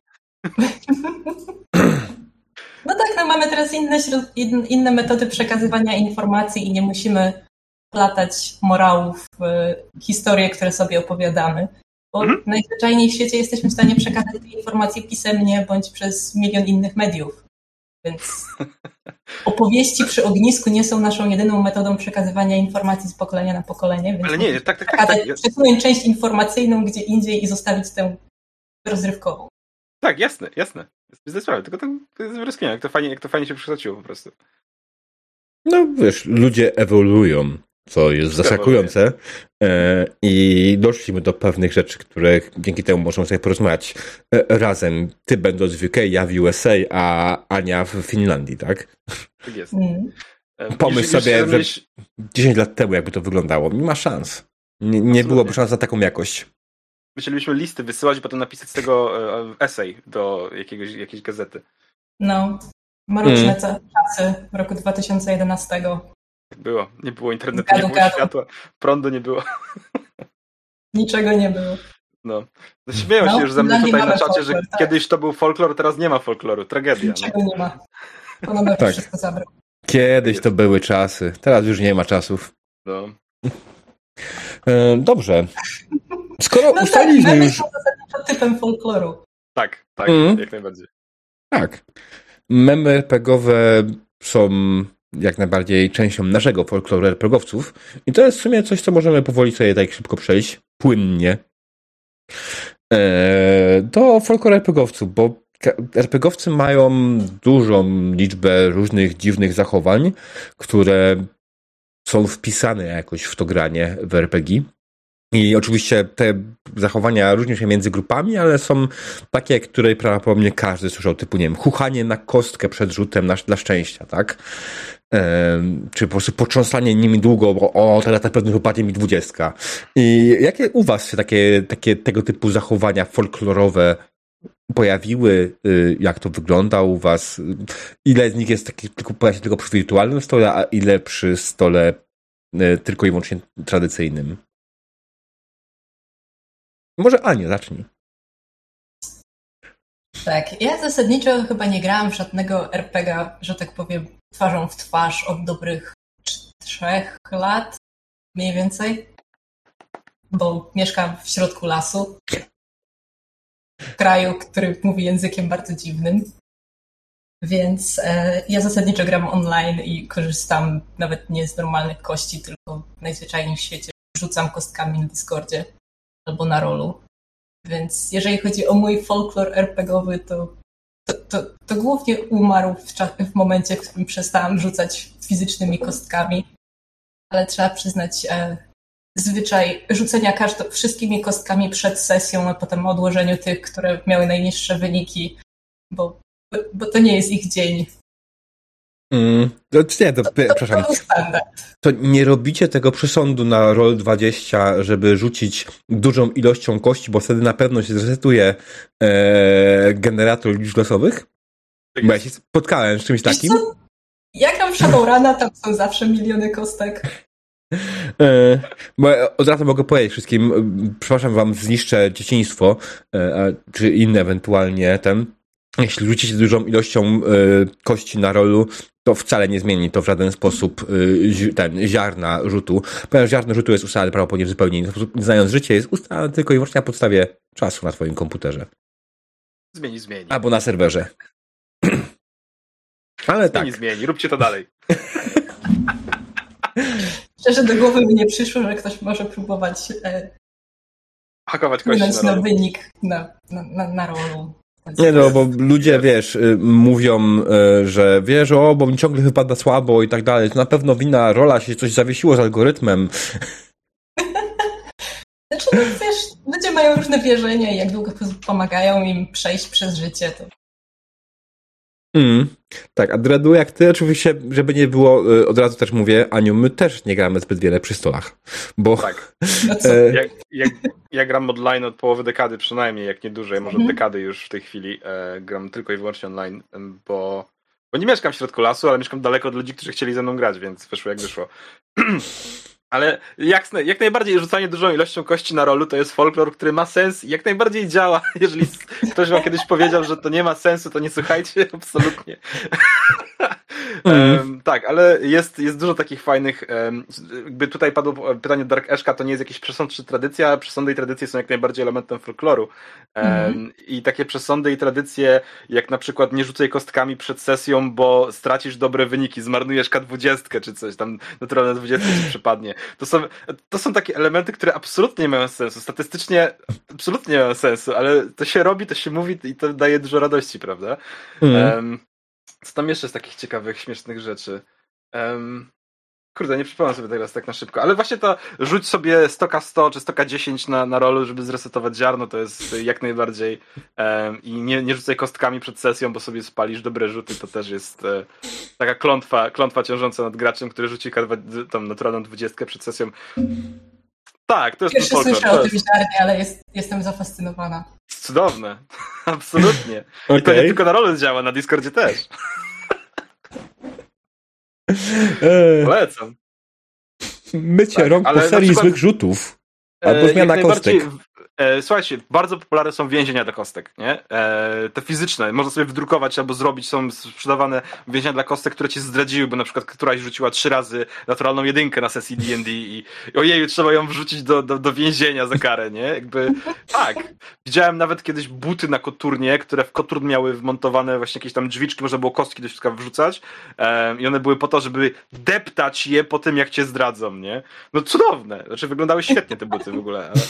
No tak, no mamy teraz inne metody przekazywania informacji i nie musimy platać morałów w historie, które sobie opowiadamy. Bo najzwyczajniej w świecie jesteśmy w stanie przekazać te informacje pisemnie bądź przez milion innych mediów. Więc opowieści przy ognisku nie są naszą jedyną metodą przekazywania informacji z pokolenia na pokolenie. Więc ale nie, tak. Przesunąć część informacyjną gdzie indziej i zostawić tę rozrywkową. Tak, jasne. Jest sprawy, tylko to jest wyrozumiałe, jak to fajnie się przekształciło po prostu. No wiesz, ludzie ewoluują, co jest zaskakujące i doszliśmy do pewnych rzeczy, które dzięki temu możemy sobie porozmawiać razem. Ty będąc w UK, ja w USA, a Ania w Finlandii, tak? Tak jest. Pomyśl sobie, że 10 lat temu jakby to wyglądało. Nie ma szans. Nie byłoby szans na taką jakość. Musielibyśmy listy wysyłać i potem napisać z tego esej do jakiejś gazety. No, mroczne czasy w roku 2011. Było. Nie było internetu, nie było światła, prądu nie było. Niczego nie było. No. Śmieją się już ze mnie tutaj na czacie, że kiedyś to był folklor, teraz nie ma folkloru. Tragedia. Niczego nie ma. Ono tak. Wszystko zabrał. Kiedyś to były czasy. Teraz już nie ma czasów. No. Dobrze. Skoro ustaliliśmy już... są zasadniczo typem folkloru. Tak, jak najbardziej. Tak. Memy RPGowe są jak najbardziej częścią naszego folkloru RPGowców i to jest w sumie coś, co możemy powoli sobie tak szybko przejść, płynnie, do folkloru RPGowców, bo RPGowcy mają dużą liczbę różnych dziwnych zachowań, które są wpisane jakoś w to granie w RPG. I oczywiście te zachowania różnią się między grupami, ale są takie, które prawdopodobnie każdy słyszał, typu, nie wiem, chuchanie na kostkę przed rzutem dla szczęścia, tak? Czy po prostu potrząsanie nimi długo, bo teraz na pewno wypadnie mi 20. I jakie u was się takie tego typu zachowania folklorowe pojawiły? Jak to wygląda u was? Ile z nich jest pojawia się tylko przy wirtualnym stole, a ile przy stole tylko i wyłącznie tradycyjnym? Może Ania, zacznij. Tak, ja zasadniczo chyba nie grałam w żadnego RPG, że tak powiem, twarzą w twarz od dobrych 3 lat, mniej więcej, bo mieszkam w środku lasu, w kraju, który mówi językiem bardzo dziwnym, więc ja zasadniczo gram online i korzystam nawet nie z normalnych kości, tylko najzwyczajniej w świecie rzucam kostkami na Discordzie albo na rolu. Więc jeżeli chodzi o mój folklor RPGowy, to głównie umarł w momencie, w którym przestałam rzucać fizycznymi kostkami. Ale trzeba przyznać, zwyczaj rzucenia wszystkimi kostkami przed sesją, a potem odłożeniu tych, które miały najniższe wyniki, bo to nie jest ich dzień. Przepraszam. To nie robicie tego przesądu na Roll20, żeby rzucić dużą ilością kości, bo wtedy na pewno się zresetuje generator liczb losowych? Bo ja się spotkałem z czymś takim. Jak gram w Shadowruna, tam są zawsze miliony kostek. Bo od razu mogę powiedzieć wszystkim, przepraszam wam, zniszczę dzieciństwo, czy inne ewentualnie jeśli rzucicie dużą ilością kości na rolu, to wcale nie zmieni to w żaden sposób ziarna rzutu, ponieważ ziarno rzutu jest ustalane prawdopodobnie w zupełnie inny sposób. Znając życie, jest ustalane tylko i wyłącznie na podstawie czasu na twoim komputerze. Zmieni. Albo na serwerze. Ale Zmieni. Róbcie to dalej. Szczerze do głowy mi nie przyszło, że ktoś może próbować hakować kości na wynik na rolu. Nie no, bo ludzie, wiesz, mówią, że wiesz, bo mi ciągle wypada słabo i tak dalej, to na pewno wina rola się coś zawiesiło z algorytmem. Znaczy, no wiesz, ludzie mają różne wierzenia i jak długo pomagają im przejść przez życie, to... Tak, a Dreadu, jak ty oczywiście, żeby nie było, od razu też mówię, Aniu, my też nie gramy zbyt wiele przy stolach, bo... Tak, no co? Ja gram online od połowy dekady przynajmniej, jak nie dłużej, może od dekady już w tej chwili gram tylko i wyłącznie online, bo nie mieszkam w środku lasu, ale mieszkam daleko od ludzi, którzy chcieli ze mną grać, więc wyszło jak wyszło. Ale jak najbardziej rzucanie dużą ilością kości na rolu to jest folklor, który ma sens i jak najbardziej działa. Jeżeli ktoś wam kiedyś powiedział, że to nie ma sensu, to nie słuchajcie, absolutnie. Tak, ale jest dużo takich fajnych, jakby tutaj padło pytanie Dark Eszka, to nie jest jakiś przesąd czy tradycja, przesądy i tradycje są jak najbardziej elementem folkloru. I takie przesądy i tradycje, jak na przykład nie rzucaj kostkami przed sesją, bo stracisz dobre wyniki, zmarnujesz K20 czy coś tam, naturalne 20 ci przypadnie. To są takie elementy, które absolutnie nie mają sensu. Statystycznie absolutnie nie mają sensu, ale to się robi, to się mówi i to daje dużo radości, prawda? Co tam jeszcze z takich ciekawych, śmiesznych rzeczy? Kurde, nie przypomnę sobie teraz tak na szybko, ale właśnie to rzuć sobie 100K100 czy 100K10 na rolu, żeby zresetować ziarno, to jest jak najbardziej i nie rzucaj kostkami przed sesją, bo sobie spalisz dobre rzuty, to też jest taka klątwa ciążąca nad graczem, który rzuci tam naturalną 20 przed sesją. Tak, to jest Pierwszy słyszę o tym ziarnie, ale jestem zafascynowana. Cudowne, absolutnie. I to nie tylko na rolu działa, na Discordzie też. Polecam. Mycie rąk po serii złych rzutów. Albo zmiana kostek. Słuchajcie, bardzo popularne są więzienia dla kostek, nie? Te fizyczne, można sobie wydrukować albo zrobić, są sprzedawane więzienia dla kostek, które cię zdradziły, bo na przykład któraś rzuciła 3 razy naturalną jedynkę na sesji D&D i ojeju, trzeba ją wrzucić do więzienia za karę, nie? Jakby, tak. Widziałem nawet kiedyś buty na koturnie, które w koturn miały wmontowane właśnie jakieś tam drzwiczki, można było kostki do środka wrzucać i one były po to, żeby deptać je po tym, jak cię zdradzą, nie? No cudowne. Znaczy wyglądały świetnie te buty w ogóle, ale...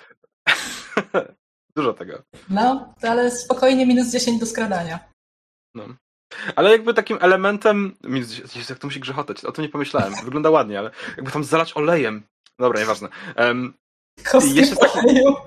Dużo tego. No, ale spokojnie -10 do skradania. No. Ale jakby takim elementem... Jak to musi grzechotać? O tym nie pomyślałem. Wygląda ładnie, ale jakby tam zalać olejem. Dobra, nieważne. Kostki jeszcze taki...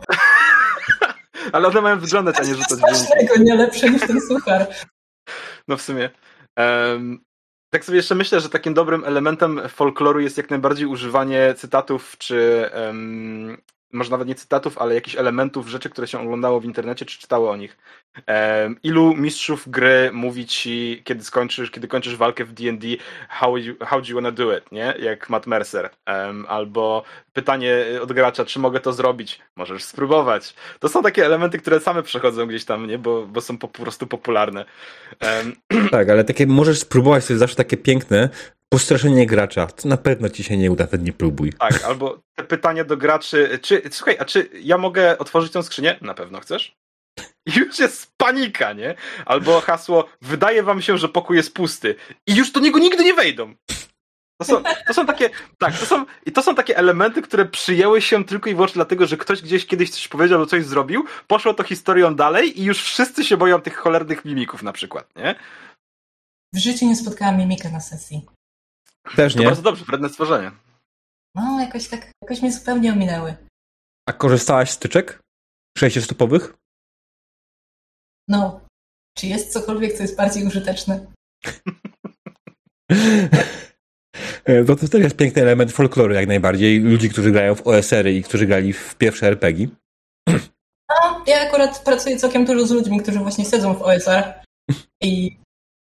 Ale one mają wyglądać, a nie rzucać wyniki. Nie lepsze niż ten suchar. No w sumie. Tak sobie jeszcze myślę, że takim dobrym elementem folkloru jest jak najbardziej używanie cytatów, czy może nawet nie cytatów, ale jakichś elementów, rzeczy, które się oglądało w internecie, czy czytało o nich. Ilu mistrzów gry mówi ci, kiedy kończysz walkę w D&D, how do you wanna do it, nie? Jak Matt Mercer. Albo pytanie od gracza, czy mogę to zrobić? Możesz spróbować. To są takie elementy, które same przechodzą gdzieś tam, nie? Bo są po prostu popularne. Tak, ale takie możesz spróbować, to jest zawsze takie piękne. Postraszenie gracza. To na pewno ci się nie uda, nawet nie próbuj. Tak, albo te pytania do graczy, słuchaj, a czy ja mogę otworzyć tę skrzynię? Na pewno chcesz? I już jest panika, nie? Albo hasło, wydaje wam się, że pokój jest pusty. I już do niego nigdy nie wejdą. To są takie, tak, to są takie elementy, które przyjęły się tylko i wyłącznie dlatego, że ktoś gdzieś kiedyś coś powiedział, coś zrobił, poszło to historią dalej i już wszyscy się boją tych cholernych mimików na przykład, nie? W życiu nie spotkałam mimika na sesji. Też nie? To bardzo dobrze, wredne stworzenie. No, jakoś mnie zupełnie ominęły. A korzystałaś z tyczek? 6-stopowych? No. Czy jest cokolwiek, co jest bardziej użyteczne? To też jest piękny element folkloru, jak najbardziej. Ludzi, którzy grają w OSR-y i którzy grali w pierwsze RPG. No, ja akurat pracuję całkiem dużo z ludźmi, którzy właśnie siedzą w OSR i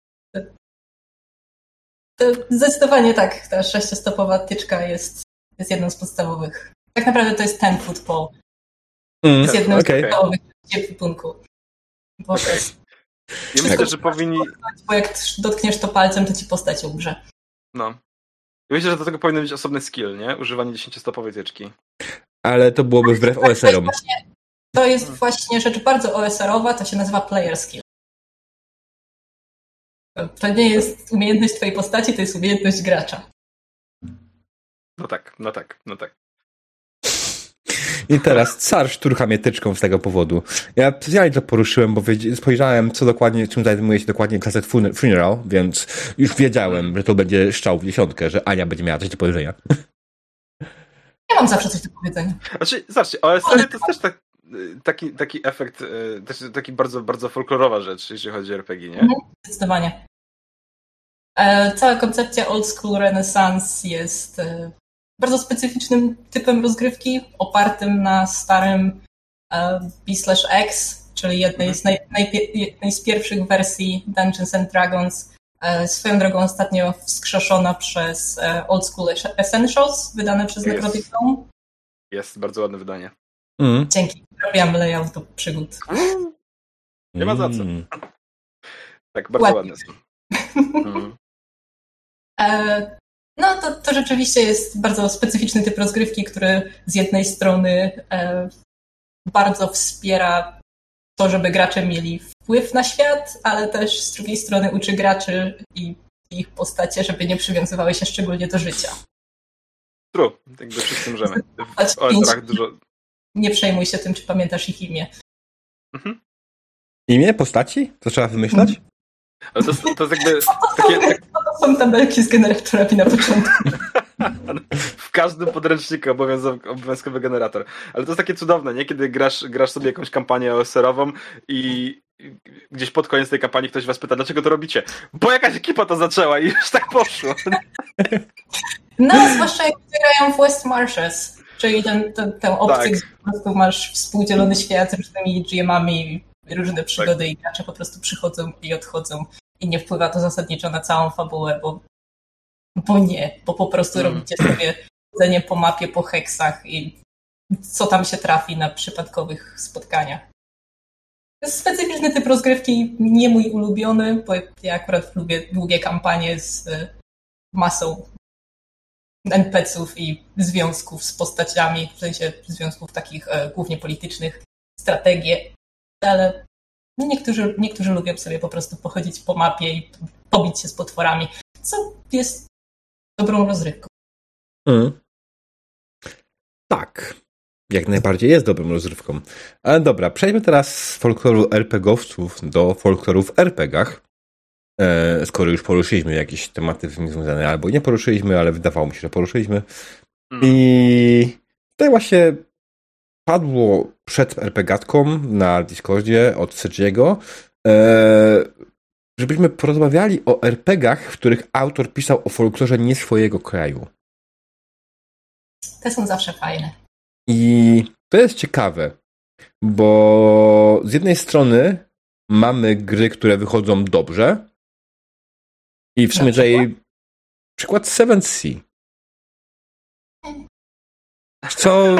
to zdecydowanie tak, ta 6-stopowa tyczka jest jedną z podstawowych. Tak naprawdę to jest ten football. Jest jedną z podstawowych ekwipunku. Ja myślę, że powinni... Bo jak dotkniesz to palcem, to ci postać umrze. No. Ja myślę, że do tego powinien być osobny skill, nie? Używanie 10-stopowej tyczki. Ale to byłoby wbrew OSR-om. To jest właśnie rzecz bardzo OSR-owa, to się nazywa player skill. To nie jest umiejętność twojej postaci, to jest umiejętność gracza. No tak. I teraz car szturcha mnie tyczką z tego powodu. Ja specjalnie to poruszyłem, bo spojrzałem, czym zajmuje się dokładnie klasę Funeral, więc już wiedziałem, że to będzie strzał w 10, że Ania będzie miała coś do powiedzenia. Ja mam zawsze coś do powiedzenia. Znaczy, zobaczcie, OSR to jest też taki efekt, też taki bardzo, bardzo folklorowa rzecz, jeśli chodzi o RPG, nie? Zdecydowanie. Cała koncepcja Old School Renaissance jest bardzo specyficznym typem rozgrywki, opartym na starym B/X, czyli jednej z pierwszych wersji Dungeons and Dragons. Swoją drogą ostatnio wskrzeszona przez Old School Essentials, wydane przez Necrotic Dome. Jest bardzo ładne wydanie. Dzięki. Robiłam layout do przygód. Nie ma za co. Tak, bardzo ładne są. No to rzeczywiście jest bardzo specyficzny typ rozgrywki, który z jednej strony bardzo wspiera to, żeby gracze mieli wpływ na świat, ale też z drugiej strony uczy graczy i ich postacie, żeby nie przywiązywały się szczególnie do życia. True, jakby wszyscy możemy. W OSR-ach dużo... Nie przejmuj się tym, czy pamiętasz ich imię. Imię postaci? To trzeba wymyślać? Ale to jest jakby... To są tabelki z generatorami na początku. W każdym podręczniku obowiązkowy generator. Ale to jest takie cudowne, nie? Kiedy grasz sobie jakąś kampanię OSR-ową i gdzieś pod koniec tej kampanii ktoś was pyta, dlaczego to robicie? Bo jakaś ekipa to zaczęła i już tak poszło. No, zwłaszcza jak grają w West Marshes, czyli tę opcję, gdzie po prostu masz współdzielony świat różnymi GM-ami, różne przygody i gracze po prostu przychodzą i odchodzą i nie wpływa to zasadniczo na całą fabułę, bo po prostu robicie sobie chodzenie po mapie, po heksach i co tam się trafi na przypadkowych spotkaniach. To jest specyficzny typ rozgrywki, nie mój ulubiony, bo ja akurat lubię długie kampanie z masą NPC-ów i związków z postaciami, w sensie związków takich głównie politycznych, strategie, ale niektórzy lubią sobie po prostu pochodzić po mapie i pobić się z potworami, co jest dobrą rozrywką. Tak. Jak najbardziej jest dobrą rozrywką. Ale dobra, przejdźmy teraz z folkloru RPGowców do folkloru w RPGach. Skoro już poruszyliśmy jakieś tematy z tym związane, albo nie poruszyliśmy, ale wydawało mi się, że poruszyliśmy. I tutaj właśnie padło przed RPGatką na Discordzie od Sergiego, żebyśmy porozmawiali o RPGach, w których autor pisał o folklorze nie swojego kraju. Te są zawsze fajne. I to jest ciekawe, bo z jednej strony mamy gry, które wychodzą dobrze i w sumie tutaj przykład 7th Sea. Co...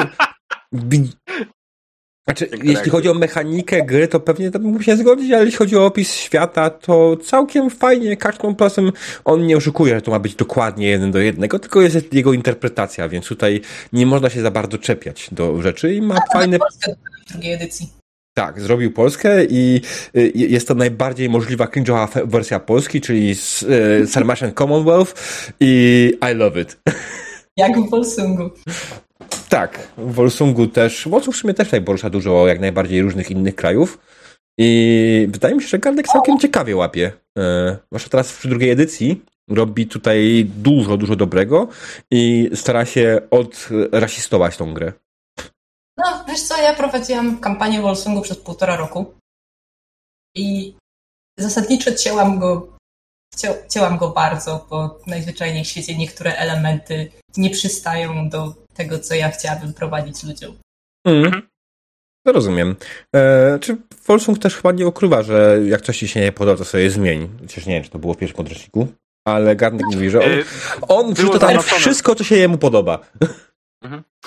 Znaczy, jeśli chodzi o mechanikę gry, to pewnie tam mógłbym się zgodzić, ale jeśli chodzi o opis świata, to całkiem fajnie. Każdą plusem on nie oszukuje, że to ma być dokładnie 1:1, tylko jest jego interpretacja, więc tutaj nie można się za bardzo czepiać do rzeczy i ma fajne... w drugiej edycji. Tak, zrobił Polskę i jest to najbardziej możliwa cringe'owa wersja Polski, czyli Sarmatian Commonwealth i I love it. Jak w Volsungu. Tak, w Volsungu też. Volsung w sumie też tutaj porusza dużo jak najbardziej różnych innych krajów. I wydaje mi się, że Gardek całkiem ciekawie łapie. Zwłaszcza teraz przy drugiej edycji robi tutaj dużo dobrego i stara się odrasistować tą grę. No, wiesz co, ja prowadziłam kampanię w Volsungu przez 1,5 roku i zasadniczo cięłam go bardzo, bo najzwyczajniej w świecie niektóre elementy nie przystają do tego, co ja chciałabym prowadzić ludziom. To rozumiem. Czy Volsung też chyba nie ukrywa, że jak coś ci się nie podoba, to sobie zmień. Chociaż nie wiem, czy to było w pierwszym podręczniku, ale Gardner mówi, że on wrzuca tam wszystko, co się jemu podoba.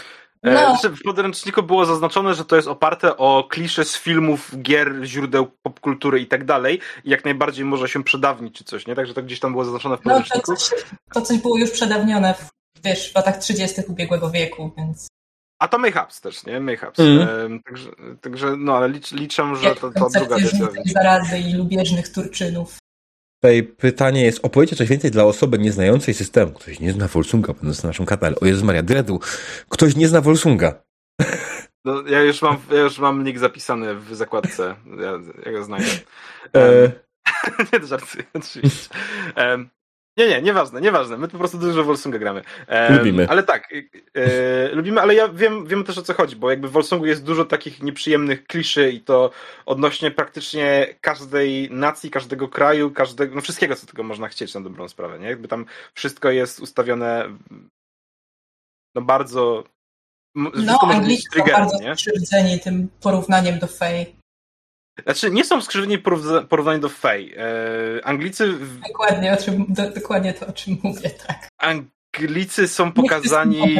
W podręczniku było zaznaczone, że to jest oparte o klisze z filmów, gier, źródeł popkultury i tak dalej. I jak najbardziej może się przedawnić czy coś, nie? Także to gdzieś tam było zaznaczone w podręczniku. To coś było już przedawnione w latach 30. ubiegłego wieku, więc... A to Mayhaps też, nie? Mayhaps. Także, no ale liczę, że to druga edycja. Zarazy i lubieżnych turczynów. Tutaj pytanie jest, opowiedzcie coś więcej dla osoby nieznającej systemu. Ktoś nie zna Volsunga, będąc na naszym kanale. O Jezus Maria, Dredu. Ktoś nie zna Volsunga. No, ja już mam nick zapisany w zakładce. Ja go znajdę. Nie, to żartuję, oczywiście. Nieważne. My po prostu dużo w Volsunga gramy. Lubimy. Ale tak, lubimy, ale ja wiem też o co chodzi, bo jakby w Volsungu jest dużo takich nieprzyjemnych kliszy i to odnośnie praktycznie każdej nacji, każdego kraju, no wszystkiego, co tego można chcieć na dobrą sprawę, nie? Jakby tam wszystko jest ustawione no bardzo... Anglicy są bardzo skrzywdzeni tym porównaniem do Fey. Znaczy, nie są skrzywdzeni porównani do Fey. Anglicy... Dokładnie to, o czym mówię, tak. Anglicy są pokazani...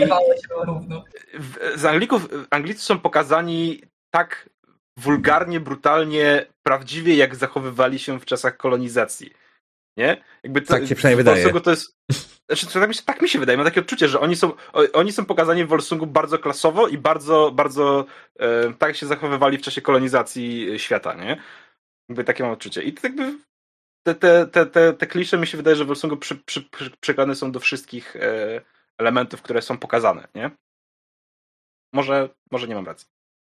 Anglicy są pokazani tak wulgarnie, brutalnie, prawdziwie, jak zachowywali się w czasach kolonizacji. Nie? Jakby tak się przynajmniej wydaje. To jest... Znaczy, tak mi się wydaje. Mam takie odczucie, że oni są pokazani w Volsungu bardzo klasowo i bardzo tak się zachowywali w czasie kolonizacji świata, nie? Jakby takie mam odczucie. I to jakby te klisze mi się wydaje, że w Volsungu przyklane są do wszystkich elementów, które są pokazane, nie? Może nie mam racji.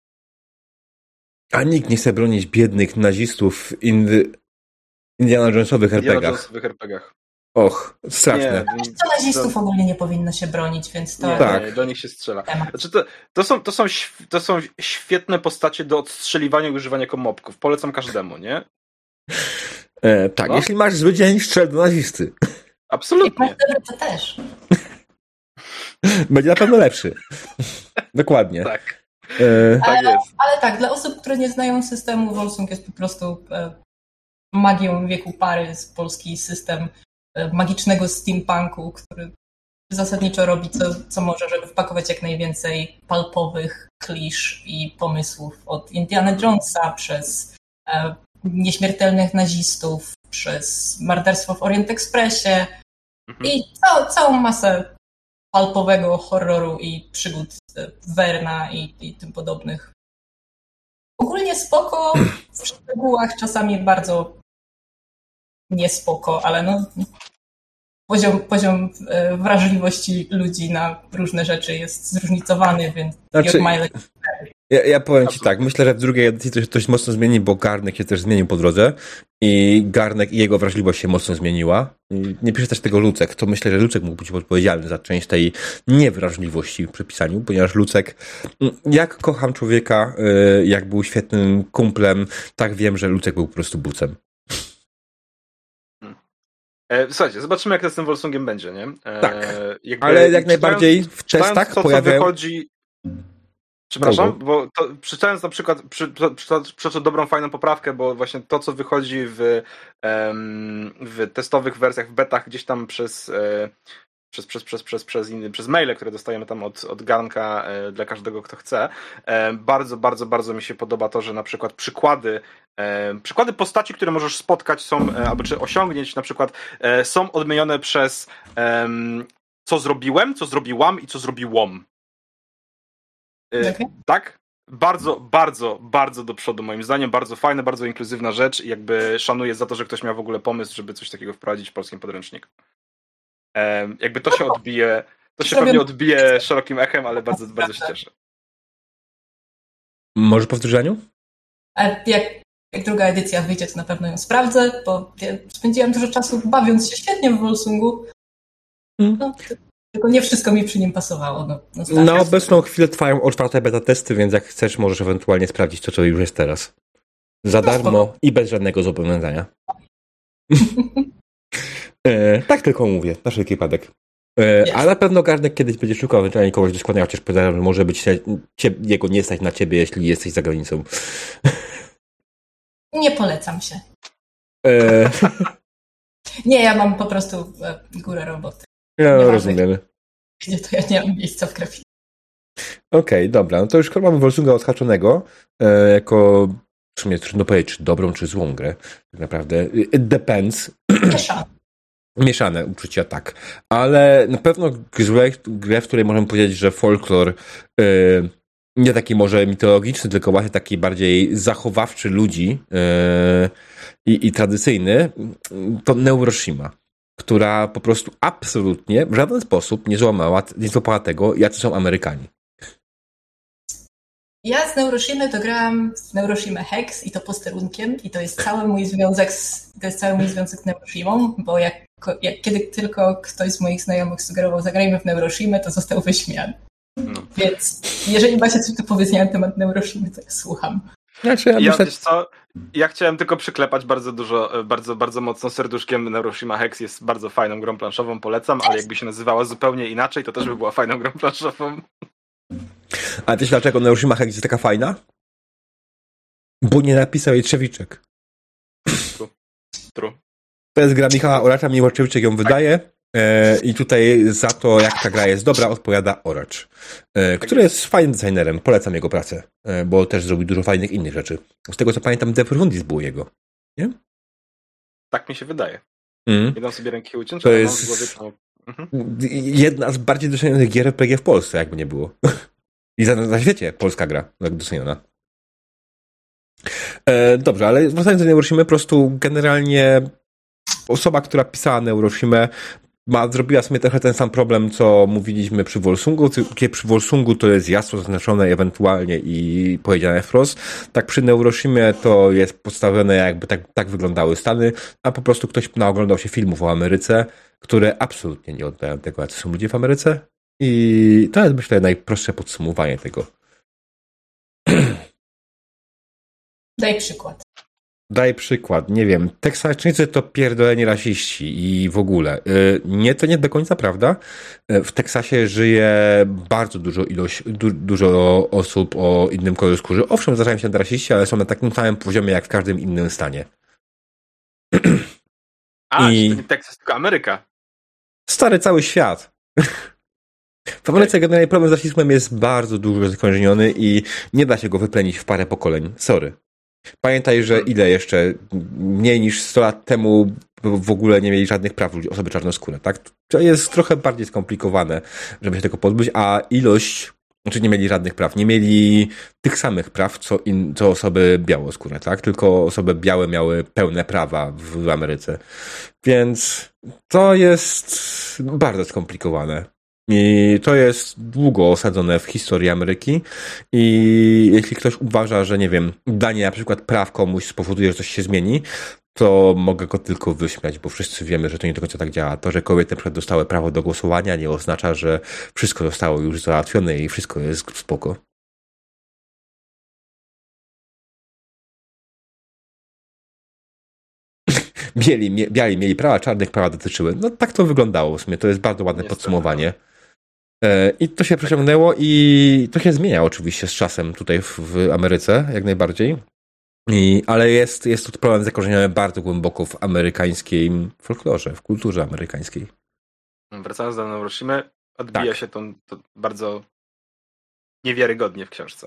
A nikt nie chce bronić biednych nazistów Indiana Jonesowych RPGach. Och, straszne. To nazistów ogólnie nie powinno się bronić, więc to... Nie, do nich się strzela. Znaczy to są świetne postacie do odstrzeliwania i używania jako mobków. Polecam każdemu, nie? Tak, no? Jeśli masz zły dzień, strzel do nazisty. Absolutnie. To też. Będzie na pewno lepszy. Dokładnie. Tak. Tak jest. Ale tak, dla osób, które nie znają systemu, Volsung jest po prostu magią wieku pary z polski system magicznego steampunku, który zasadniczo robi co może, żeby wpakować jak najwięcej palpowych klisz i pomysłów od Indiana Jonesa przez nieśmiertelnych nazistów, przez morderstwo w Orient Expressie i całą masę palpowego horroru i przygód Verna i tym podobnych. Ogólnie spoko, w szczegółach czasami bardzo niespoko, ale no poziom wrażliwości ludzi na różne rzeczy jest zróżnicowany, więc ja powiem ci tak, myślę, że w drugiej edycji to się dość mocno zmieni, bo Garnek się też zmienił po drodze i Garnek i jego wrażliwość się mocno zmieniła. Nie pisze też tego Lucek, to myślę, że Lucek mógł być odpowiedzialny za część tej niewrażliwości w przepisaniu, ponieważ Lucek, jak kocham człowieka, jak był świetnym kumplem, tak wiem, że Lucek był po prostu bucem. Słuchajcie, zobaczymy, jak to z tym Volsungiem będzie, nie? Tak, ale jak najbardziej w testach pojawiają... wychodzi... Przepraszam, bo przeczytając na przykład przeczytałem dobrą, fajną poprawkę, bo właśnie to, co wychodzi w testowych wersjach, w betach gdzieś tam przez maile, które dostajemy tam od Garnka dla każdego, kto chce. Bardzo mi się podoba to, że na przykład przykłady postaci, które możesz spotkać są, albo czy osiągnięć na przykład są odmienione przez co zrobiłem, co zrobiłam i co zrobiłam. Okay. Tak? Bardzo do przodu moim zdaniem, bardzo fajna, bardzo inkluzywna rzecz i jakby szanuję za to, że ktoś miał w ogóle pomysł, żeby coś takiego wprowadzić w polskim podręczniku. Jakby to się odbije, pewnie odbije szerokim echem, ale bardzo się cieszę. Może powtórzeniu? Jak druga edycja wyjdzie, to na pewno ją sprawdzę, bo ja spędziłam dużo czasu bawiąc się świetnie w Volsungu. No, tylko nie wszystko mi przy nim pasowało. Na obecną chwilę trwają otwarte beta testy, więc jak chcesz, możesz ewentualnie sprawdzić to, co już jest teraz. Za darmo i bez żadnego zobowiązania. Tak tylko mówię, na wszelki wypadek. A na pewno Garnek kiedyś będzie szukał ewentualnie kogoś do składania, chociaż powiedziałem, że może być jego nie stać na ciebie, jeśli jesteś za granicą. Nie polecam się. Nie, ja mam po prostu górę roboty. Ja rozumiem. Gdzie to ja nie mam miejsca w grafice. Okej, dobra. No to już skoro mamy Wolsunga odhaczonego, jako w sumie trudno powiedzieć, czy dobrą, czy złą grę. Tak naprawdę. It depends. Mieszane uczucia, tak. Ale na pewno grę, w której możemy powiedzieć, że folklor nie taki może mitologiczny, tylko właśnie taki bardziej zachowawczy ludzi i tradycyjny, to Neuroshima, która po prostu absolutnie w żaden sposób nie złapała tego, jacy są Amerykanie. Ja z Neuroshimy to grałam w Neuroshimę Hex i to posterunkiem i to jest cały mój związek z Neuroshimą, bo kiedy tylko ktoś z moich znajomych sugerował zagrajmy w Neuroshimę, to został wyśmiany. No. Więc jeżeli macie coś do powiedzenia na temat Neuroshimy, to ja słucham. Znaczy, wiesz co? Ja chciałem tylko przyklepać bardzo mocno serduszkiem. Neuroshima Hex jest bardzo fajną grą planszową, polecam, ale jakby się nazywała zupełnie inaczej, to też by była fajną grą planszową. A wiesz dlaczego Neuroshima Hex jest taka fajna? Bo nie napisał jej Trzewiczek. True. To jest gra Michała Oracza, Michał Trzewiczek ją wydaje i tutaj za to, jak ta gra jest dobra, odpowiada Oracz, który jest fajnym designerem. Polecam jego pracę, bo też zrobił dużo fajnych innych rzeczy. Z tego co pamiętam, De Profundis było jego. Nie? Tak mi się wydaje. Nie dam sobie ręki uciąć, to jest jedna z bardziej docenionych gier RPG w Polsce, jakby nie było. I na świecie polska gra, tak doceniona. Dobrze, ale wracając do Neuroshimy, po prostu generalnie osoba, która pisała Neuroshimę, zrobiła sobie trochę ten sam problem, co mówiliśmy przy Wolsungu. Przy Wolsungu to jest jasno zaznaczone ewentualnie i powiedziane wprost. Tak przy Neuroshimie to jest postawione, jakby tak wyglądały Stany, a po prostu ktoś naoglądał się filmów o Ameryce, które absolutnie nie oddają tego, jacy są ludzie w Ameryce. I to jest, myślę, najprostsze podsumowanie tego. Daj przykład. Nie wiem. Teksańczycy to pierdoleni rasiści i w ogóle. Nie, to nie do końca prawda. W Teksasie żyje bardzo dużo osób o innym kolorze skóry. Owszem, zdarzają się rasiści, ale są na takim samym poziomie jak w każdym innym stanie. To nie Teksas, tylko Ameryka. Stary cały świat. W Ameryce generalnie problem z rasizmem jest bardzo dużo zakorzeniony i nie da się go wyplenić w parę pokoleń. Sorry. Pamiętaj, że ile jeszcze mniej niż 100 lat temu w ogóle nie mieli żadnych praw osoby czarnoskóre, tak? To jest trochę bardziej skomplikowane, żeby się tego pozbyć, a ilość, znaczy nie mieli żadnych praw, nie mieli tych samych praw, co osoby białoskóre, tak? Tylko osoby białe miały pełne prawa w Ameryce. Więc to jest bardzo skomplikowane. I to jest długo osadzone w historii Ameryki i jeśli ktoś uważa, że nie wiem, danie na przykład praw komuś spowoduje, że coś się zmieni, to mogę go tylko wyśmiać, bo wszyscy wiemy, że to nie do końca tak działa. To, że kobiety na przykład dostały prawo do głosowania, nie oznacza, że wszystko zostało już załatwione i wszystko jest spoko. Biali mieli prawa, czarnych prawa dotyczyły. No tak to wyglądało w sumie. To jest bardzo ładne podsumowanie. I to się przeciągnęło i to się zmienia oczywiście z czasem tutaj w Ameryce, jak najbardziej. Ale jest to problem zakorzeniony bardzo głęboko w amerykańskim folklorze, w kulturze amerykańskiej. Wracając do Neuroshimy, odbija się to bardzo niewiarygodnie w książce.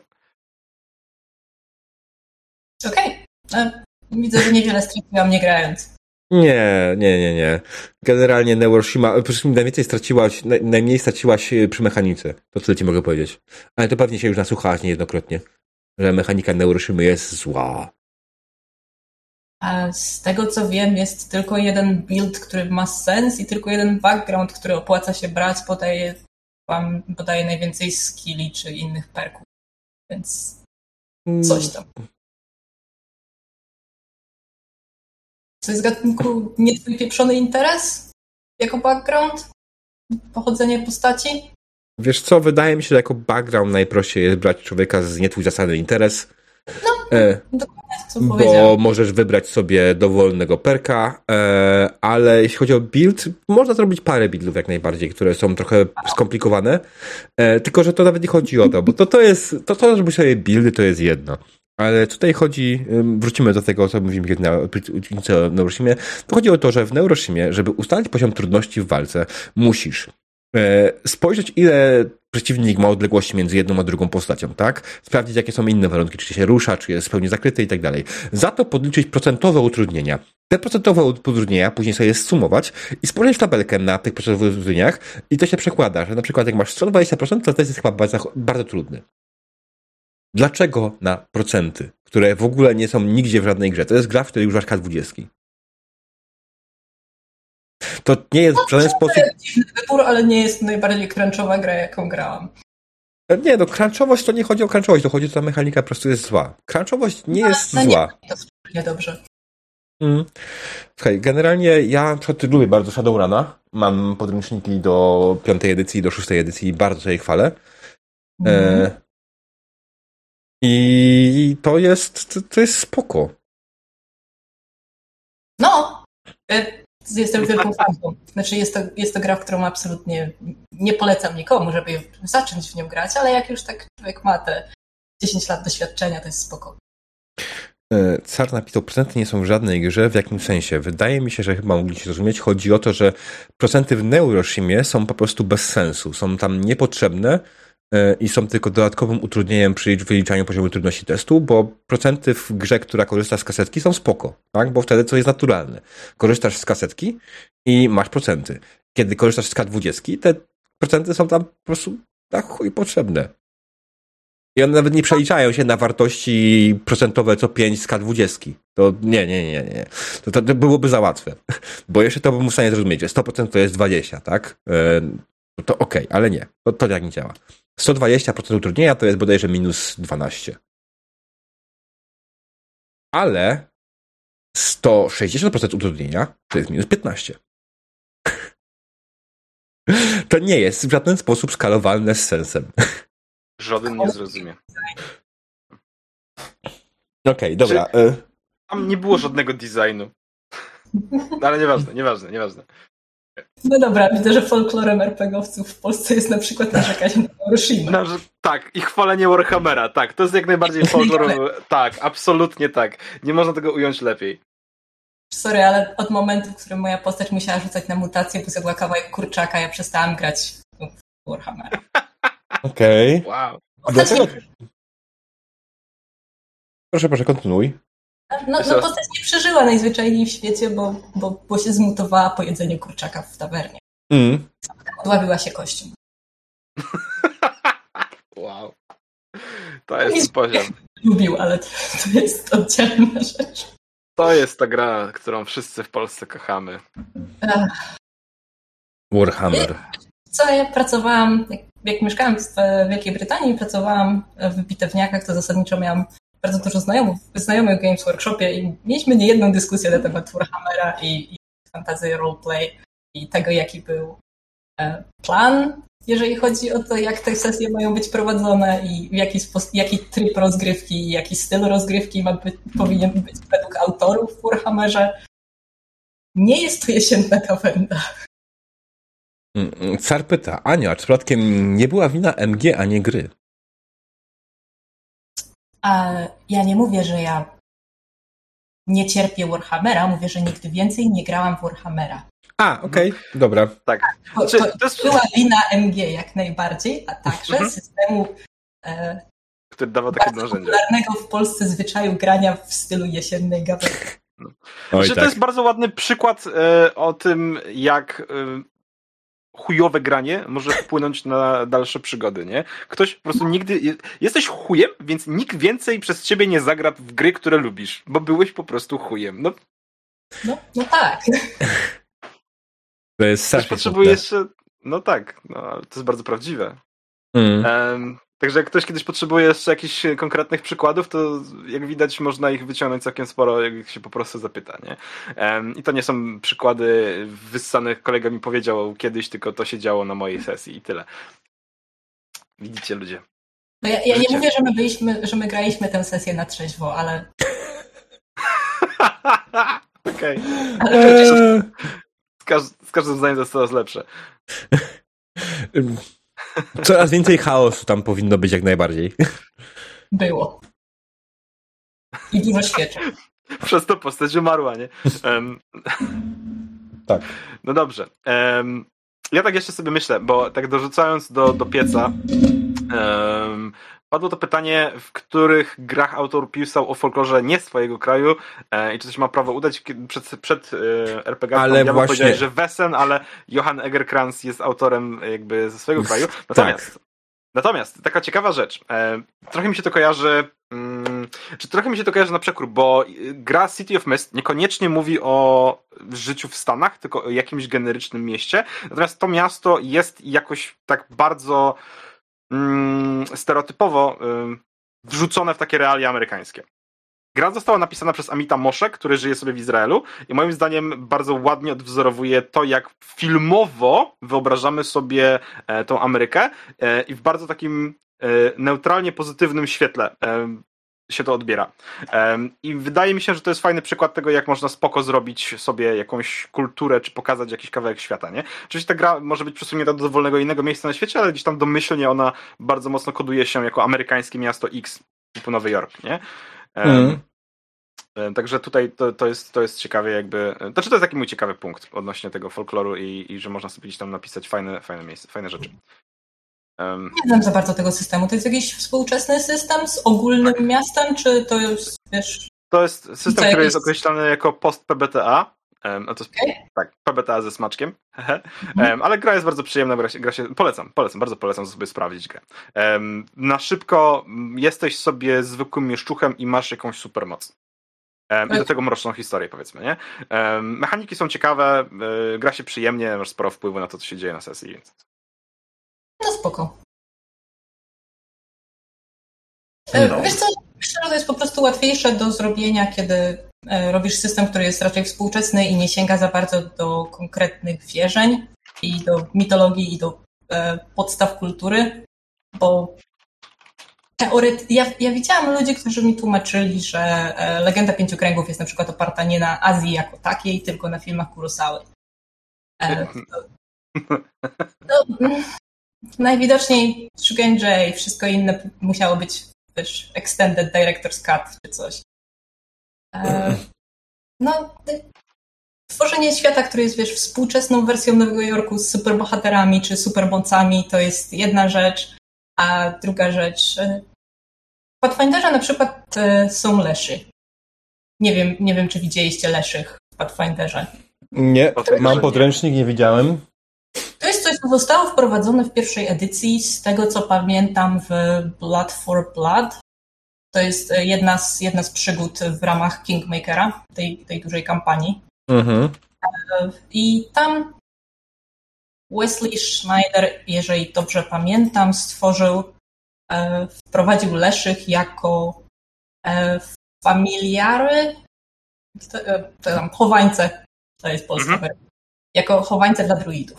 Okej. Widzę, że niewiele straciłam nie grając. Nie. Generalnie Neuroshima, najmniej straciłaś przy mechanice. To tyle ci mogę powiedzieć. Ale to pewnie się już nasłuchałaś niejednokrotnie, że mechanika Neuroshimy jest zła. A z tego co wiem, jest tylko jeden build, który ma sens i tylko jeden background, który opłaca się brać, podaje najwięcej skilli czy innych perków. Więc coś tam. Coś z gatunku nie twój pieprzony interes? Jako background? Pochodzenie postaci? Wiesz co, wydaje mi się, że jako background najprościej jest brać człowieka z nie twój zasadny interes. Dokładnie to, co powiedziałem. Bo możesz wybrać sobie dowolnego perka, ale jeśli chodzi o build, można zrobić parę buildów jak najbardziej, które są trochę skomplikowane, tylko że to nawet nie chodzi o to, bo to żeby sobie buildy, to jest jedno. Ale tutaj chodzi, wrócimy do tego, co mówimy na Neuroshimie, to chodzi o to, że w Neuroshimie, żeby ustalić poziom trudności w walce, musisz spojrzeć, ile przeciwnik ma odległości między jedną a drugą postacią, tak? Sprawdzić, jakie są inne warunki, czy się rusza, czy jest w pełni zakryty i tak dalej. Za to podliczyć procentowe utrudnienia. Te procentowe utrudnienia później sobie sumować i spojrzeć w tabelkę na tych procentowych utrudnieniach i to się przekłada, że na przykład jak masz 120%, to test jest chyba bardzo trudny. Dlaczego na procenty, które w ogóle nie są nigdzie w żadnej grze? To jest gra, w której używasz K20. To nie jest w żaden sposób... Dziwny wybór, ale nie jest najbardziej crunchowa gra, jaką grałam. Nie, no crunchowość to nie chodzi o crunchowość, to chodzi o to, że ta mechanika po prostu jest zła. Crunchowość nie jest zła. To nie dobrze. Słuchaj, generalnie ja na przykład lubię bardzo Shadowruna. Mam podręczniki do 5. edycji, do 6. edycji, bardzo sobie chwalę. I to jest spoko. No, jestem wielką fanką. Znaczy jest to gra, w którą absolutnie nie polecam nikomu, żeby zacząć w nią grać, ale jak już tak człowiek ma te 10 lat doświadczenia, to jest spoko. Car napisał, procenty nie są w żadnej grze. W jakim sensie? Wydaje mi się, że chyba mogliście zrozumieć. Chodzi o to, że procenty w Neuroshimie są po prostu bez sensu. Są tam niepotrzebne i są tylko dodatkowym utrudnieniem przy wyliczaniu poziomu trudności testu, bo procenty w grze, która korzysta z kasetki, są spoko, tak? Bo wtedy to jest naturalne. Korzystasz z kasetki i masz procenty. Kiedy korzystasz z K20, te procenty są tam po prostu na chuj potrzebne. I one nawet nie przeliczają się na wartości procentowe co 5 z K20. To nie. To byłoby za łatwe. Bo jeszcze to bym w stanie zrozumieć, że 100% to jest 20, tak? To okej, ale nie. To tak nie działa. 120% utrudnienia to jest bodajże minus 12. Ale 160% utrudnienia to jest minus 15. To nie jest w żaden sposób skalowalne z sensem. Żaden nie zrozumie. Okej, dobra. Tam nie było żadnego designu. No, ale nieważne. No dobra, widzę, że folklorem RPGowców w Polsce jest na przykład narzekanie na Neuroshima. No, tak, i chwalenie Warhammera, tak, to jest jak najbardziej folklor. Tak, absolutnie tak. Nie można tego ująć lepiej. Sorry, ale od momentu, w którym moja postać musiała rzucać na mutację, bo zjadła kawałek kurczaka, ja przestałam grać w Warhammera. Okej. Wow. Dlaczego? Proszę, kontynuuj. No postać nie przeżyła najzwyczajniej w świecie, bo się zmutowała po jedzeniu kurczaka w tawernie. Odławiła się kością. Wow. To jest poziom. Lubił, ale to jest oddzielna rzecz. To jest ta gra, którą wszyscy w Polsce kochamy. Warhammer. Co ja pracowałam, jak mieszkałam w Wielkiej Brytanii, pracowałam w bitewniakach, to zasadniczo miałam bardzo dużo znajomych w Games Workshopie i mieliśmy niejedną dyskusję na temat Warhammera i fantasy roleplay i tego, jaki był plan, jeżeli chodzi o to, jak te sesje mają być prowadzone i jaki tryb rozgrywki i jaki styl rozgrywki powinien być według autorów w Warhammerze. Nie jest to jesienna gawenda. Car pyta, Ania, czy przypadkiem nie była wina MG, a nie gry? Ja nie mówię, że ja nie cierpię Warhammera, mówię, że nigdy więcej nie grałam w Warhammera. Okej, dobra. Tak. To była wina MG jak najbardziej, a także systemu który dawał takie narzędzia. Popularnego w Polsce zwyczaju grania w stylu jesiennej gawędy. To jest bardzo ładny przykład o tym, jak chujowe granie może wpłynąć na dalsze przygody, nie? Ktoś po prostu nigdy... Jesteś chujem, więc nikt więcej przez ciebie nie zagra w gry, które lubisz, bo byłeś po prostu chujem. No tak. To jest Ktoś potrzebuje jeszcze... No tak, ale to jest bardzo prawdziwe. Także jak ktoś kiedyś potrzebuje jeszcze jakichś konkretnych przykładów, to jak widać można ich wyciągnąć całkiem sporo, jak się po prostu zapyta, nie? I to nie są przykłady wyssanych, kolega mi powiedział kiedyś, tylko to się działo na mojej sesji i tyle. Widzicie, ludzie. No ja nie mówię, że my graliśmy tę sesję na trzeźwo, ale... Okej. Z każdym zdaniem to jest coraz lepsze. Coraz więcej chaosu tam powinno być jak najbardziej. Było. I dużo świeczek. Przez to postać umarła, nie? Tak. No dobrze. Ja tak jeszcze sobie myślę, bo tak dorzucając do pieca, padło to pytanie, w których grach autor pisał o folklorze nie swojego kraju i czy coś ma prawo udać przed RPG. Ale ja właśnie... powiedziałeś, że Wesen, ale Johan Egerkrans jest autorem jakby ze swojego kraju. Natomiast taka ciekawa rzecz. Trochę mi się to kojarzy na przekór, bo gra City of Mist niekoniecznie mówi o życiu w Stanach, tylko o jakimś generycznym mieście. Natomiast to miasto jest jakoś tak bardzo stereotypowo wrzucone w takie realia amerykańskie. Gra została napisana przez Amita Moshe, który żyje sobie w Izraelu i moim zdaniem bardzo ładnie odwzorowuje to, jak filmowo wyobrażamy sobie tą Amerykę i w bardzo takim neutralnie pozytywnym świetle się to odbiera. I wydaje mi się, że to jest fajny przykład tego, jak można spoko zrobić sobie jakąś kulturę, czy pokazać jakiś kawałek świata, nie? Oczywiście ta gra może być przesunięta do dowolnego innego miejsca na świecie, ale gdzieś tam domyślnie ona bardzo mocno koduje się jako amerykańskie miasto X, typu Nowy Jork, nie? Także tutaj to jest ciekawie jakby... Znaczy to jest taki mój ciekawy punkt odnośnie tego folkloru i że można sobie gdzieś tam napisać fajne miejsce, fajne rzeczy. Nie znam za bardzo tego systemu. To jest jakiś współczesny system z ogólnym miastem, czy to jest, wiesz... To jest system, który jest określany jako post-PBTA. No to jest, tak, PBTA ze smaczkiem. Ale gra jest bardzo przyjemna, gra się bardzo polecam sobie sprawdzić grę. Na szybko jesteś sobie zwykłym mieszczuchem i masz jakąś supermoc. I do tego mroczną historię, powiedzmy, nie? Mechaniki są ciekawe, gra się przyjemnie, masz sporo wpływu na to, co się dzieje na sesji, więc... No spoko. Wiesz co, myślę, że to jest po prostu łatwiejsze do zrobienia, kiedy robisz system, który jest raczej współczesny i nie sięga za bardzo do konkretnych wierzeń i do mitologii i do podstaw kultury, bo ja widziałam ludzi, którzy mi tłumaczyli, że Legenda Pięciu Kręgów jest na przykład oparta nie na Azji jako takiej, tylko na filmach Kurosawy. Najwidoczniej Shugenja i wszystko inne musiało być też Extended Director's Cut czy coś. Tworzenie świata, który jest, wiesz, współczesną wersją Nowego Jorku z superbohaterami czy supermocami, to jest jedna rzecz, a druga rzecz... W Pathfinderze na przykład są leszy. Nie wiem, czy widzieliście leszych w Pathfinderze. Nie, mam podręcznik, nie widziałem. To jest coś, co zostało wprowadzone w pierwszej edycji, z tego co pamiętam w Blood for Blood. To jest jedna z przygód w ramach Kingmakera, tej dużej kampanii. I tam Wesley Schneider, jeżeli dobrze pamiętam, wprowadził leszych jako familiary, chowańce, to jest polska wersja, jako chowańce dla druidów.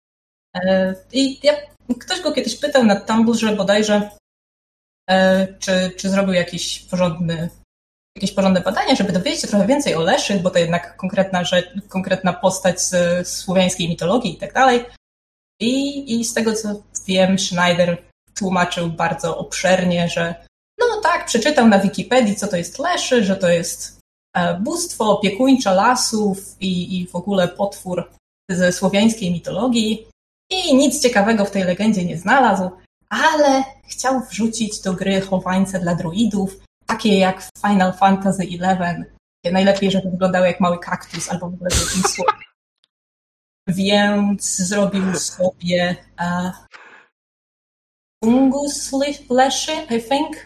I ktoś go kiedyś pytał na Tumblrze bodajże, czy zrobił jakieś porządne badania, żeby dowiedzieć się trochę więcej o leszych, bo to jednak konkretna postać z słowiańskiej mitologii i tak dalej. I z tego co wiem, Schneider tłumaczył bardzo obszernie, że no tak, przeczytał na Wikipedii, co to jest leszy, że to jest bóstwo opiekuńcze lasów i w ogóle potwór ze słowiańskiej mitologii. I nic ciekawego w tej legendzie nie znalazł, ale chciał wrzucić do gry chowańce dla druidów, takie jak w Final Fantasy XI. Najlepiej, żeby wyglądały jak mały kaktus albo w ogóle jakimś słowem. Więc zrobił sobie fungus leszy, I think.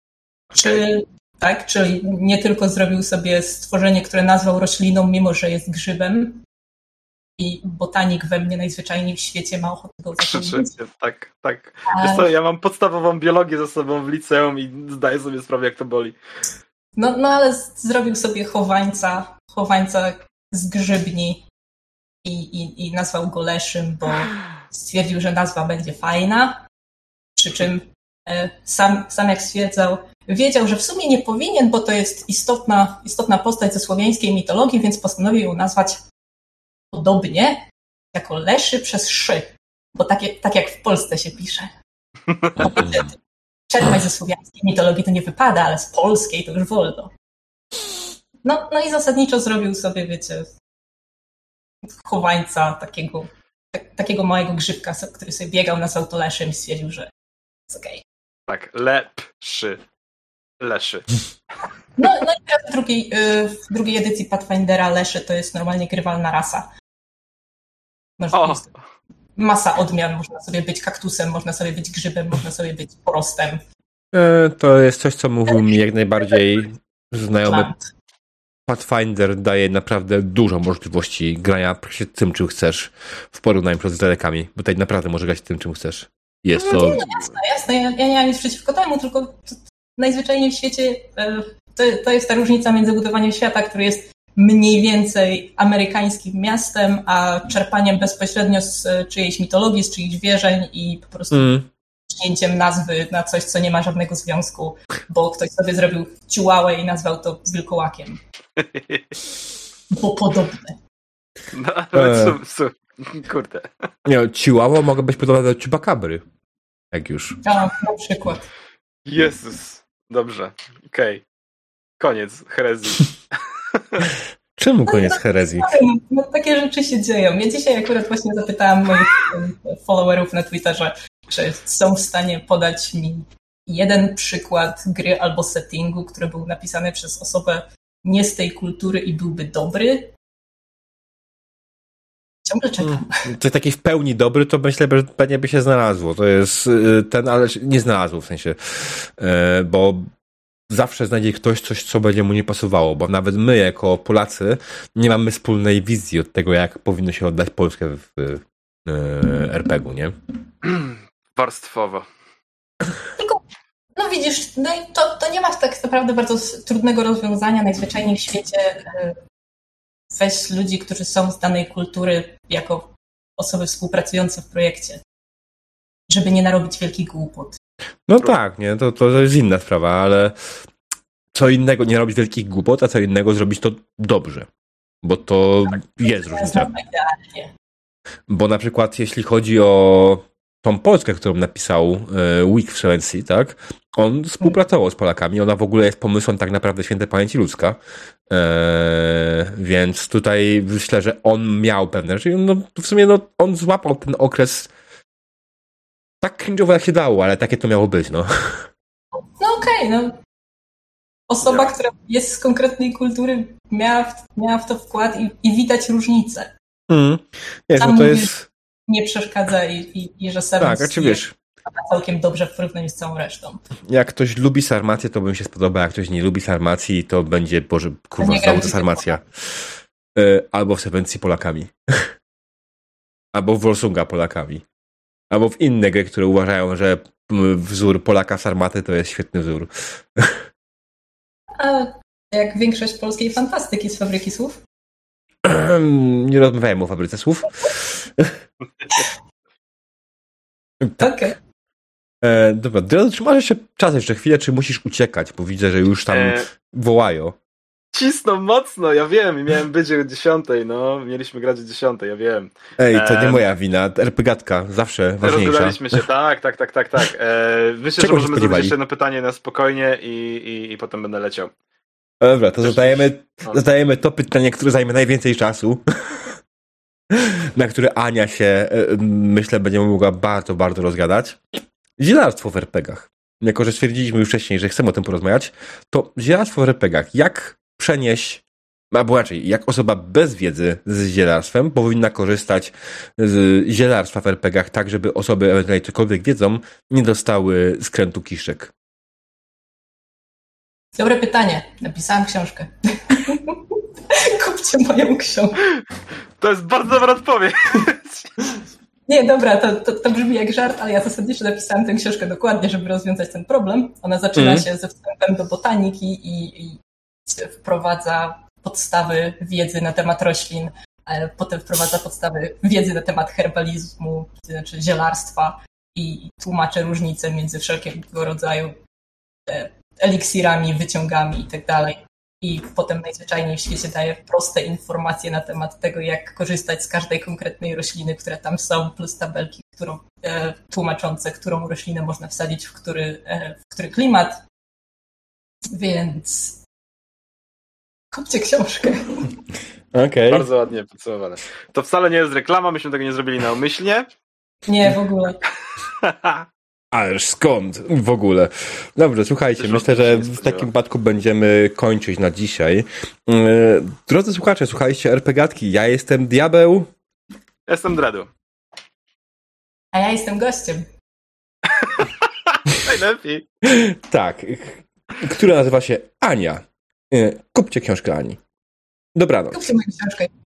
Czyli nie tylko zrobił sobie stworzenie, które nazwał rośliną, mimo że jest grzybem. I botanik we mnie najzwyczajniej w świecie ma ochotę go zacząć. Tak. Wiesz co, ja mam podstawową biologię ze sobą w liceum i zdaję sobie sprawę, jak to boli. No ale zrobił sobie chowańca z grzybni i nazwał go leszym, bo stwierdził, że nazwa będzie fajna. Przy czym sam jak stwierdzał, wiedział, że w sumie nie powinien, bo to jest istotna postać ze słowiańskiej mitologii, więc postanowił ją nazwać podobnie jako leszy przez szy, bo tak jak w Polsce się pisze. Czerpać ze słowiańskiej mitologii to nie wypada, ale z polskiej to już wolno. No i zasadniczo zrobił sobie, wiecie, chowańca takiego, takiego małego grzybka, który sobie biegał nas autoleszem i stwierdził, że jest okej. Tak, lepszy. Leszy. No i teraz w drugiej edycji Pathfindera Leszy to jest normalnie grywalna rasa. Masa odmian. Można sobie być kaktusem, można sobie być grzybem, można sobie być porostem. To jest coś, co mówił mi jak najbardziej znajomy. Pathfinder daje naprawdę dużo możliwości grania tym, czym chcesz, w porównaniu z dalekami, bo tutaj naprawdę możesz grać tym, czym chcesz. Jest to... Jasne. Ja nie mam nic przeciwko temu, tylko najzwyczajniej w świecie to jest ta różnica między budowaniem świata, który jest mniej więcej amerykańskim miastem, a czerpaniem bezpośrednio z czyjejś mitologii, z czyichś wierzeń i po prostu wciśnięciem nazwy na coś, co nie ma żadnego związku, bo ktoś sobie zrobił ciułałę i nazwał to wilkołakiem. Bo podobne. No, ale kurde. Nie, ciułało mogę być podobne do Chupacabry. Jak już. A, na przykład. Jezus. Dobrze. Okej. Koniec herezji. Czemu koniec herezji? No, takie rzeczy się dzieją. Ja dzisiaj akurat właśnie zapytałam moich followerów na Twitterze, czy są w stanie podać mi jeden przykład gry albo settingu, który był napisany przez osobę nie z tej kultury i byłby dobry. Ciągle czekam. To taki w pełni dobry, to myślę, że pewnie by się znalazło. To jest ten, ale nie znalazło w sensie, bo zawsze znajdzie ktoś coś, co będzie mu nie pasowało, bo nawet my, jako Polacy, nie mamy wspólnej wizji od tego, jak powinno się oddać Polskę w RPG-u, nie? Warstwowo. Tylko, no widzisz, no i to nie ma tak naprawdę bardzo trudnego rozwiązania. Najzwyczajniej w świecie weź ludzi, którzy są z danej kultury jako osoby współpracujące w projekcie, żeby nie narobić wielkich głupot. No tak, nie, to jest inna sprawa, ale co innego nie robić wielkich głupot, a co innego zrobić to dobrze, bo to jest różnica. Bo na przykład jeśli chodzi o tą Polskę, którą napisał Week w Szewencji, tak, on współpracował z Polakami, ona w ogóle jest pomysłem tak naprawdę świętej pamięci ludzka, więc tutaj myślę, że on miał pewne rzeczy, no w sumie no, on złapał ten okres tak cringe'owo jak się dało, ale takie to miało być, no. No okej, no. Osoba, która jest z konkretnej kultury, miała w to wkład i widać różnicę. Nie, no to jest... Nie przeszkadza i że Seven tak, a czy wiesz, całkiem dobrze w porównaniu z całą resztą. Jak ktoś lubi Sarmację, to by mi się spodobał, jak ktoś nie lubi Sarmacji, to będzie, Boże, kurwa, znowu to Sarmacja. Albo w Sevencji Polakami. Albo w Wolsunga Polakami. Albo w inne gry, które uważają, że wzór Polaka Sarmaty to jest świetny wzór. A jak większość polskiej fantastyki z Fabryki Słów? Nie rozmawiajmy o Fabryce Słów. Tak. Okej. Dobra, Drodzy, czy masz jeszcze czas jeszcze chwilę, czy musisz uciekać? Bo widzę, że już tam wołają. Cisną mocno, ja wiem, miałem być o 10, no, mieliśmy grać o 10, ja wiem. Ej, to nie moja wina, RPGatka, zawsze ważniejsza. Rozgadaliśmy się, tak. Myślę, że możemy zrobić jeszcze jedno pytanie na spokojnie i potem będę leciał. Dobra, to zadajemy to pytanie, które zajmie najwięcej czasu, na które Ania się, myślę, będzie mogła bardzo, bardzo rozgadać. Zielarstwo w RPGach. Jako że stwierdziliśmy już wcześniej, że chcemy o tym porozmawiać, to zielarstwo w RPGach, jak przenieść, albo raczej, jak osoba bez wiedzy z zielarstwem powinna korzystać z zielarstwa w RPGach, tak żeby osoby ewentualnie cokolwiek wiedzą, nie dostały skrętu kiszek. Dobre pytanie. Napisałam książkę. Kupcie moją książkę. To jest bardzo dobra odpowiedź. Nie, dobra, to brzmi jak żart, ale ja zasadniczo napisałam tę książkę dokładnie, żeby rozwiązać ten problem. Ona zaczyna się ze wstępem do botaniki i wprowadza podstawy wiedzy na temat roślin, potem wprowadza podstawy wiedzy na temat herbalizmu, znaczy zielarstwa i tłumaczy różnice między wszelkiego rodzaju eliksirami, wyciągami i tak dalej. I potem najzwyczajniej w świecie daje proste informacje na temat tego, jak korzystać z każdej konkretnej rośliny, które tam są, plus tabelki, tłumaczące, którą roślinę można wsadzić w który klimat. Więc kupcie książkę. Okej. Bardzo ładnie podsumowane. To wcale nie jest reklama, myśmy tego nie zrobili naumyślnie. Nie, w ogóle. Ależ skąd w ogóle? Dobrze, słuchajcie, Też myślę, się że nie w spodziewałem. takim wypadku będziemy kończyć na dzisiaj. Drodzy słuchacze, słuchajcie RPGatki. Ja jestem Diabeł. Jestem Dredu. A ja jestem gościem. Najlepiej. Tak, która nazywa się Ania. Kupcie książkę Ani. Dobranoc. Kupcie moją książkę.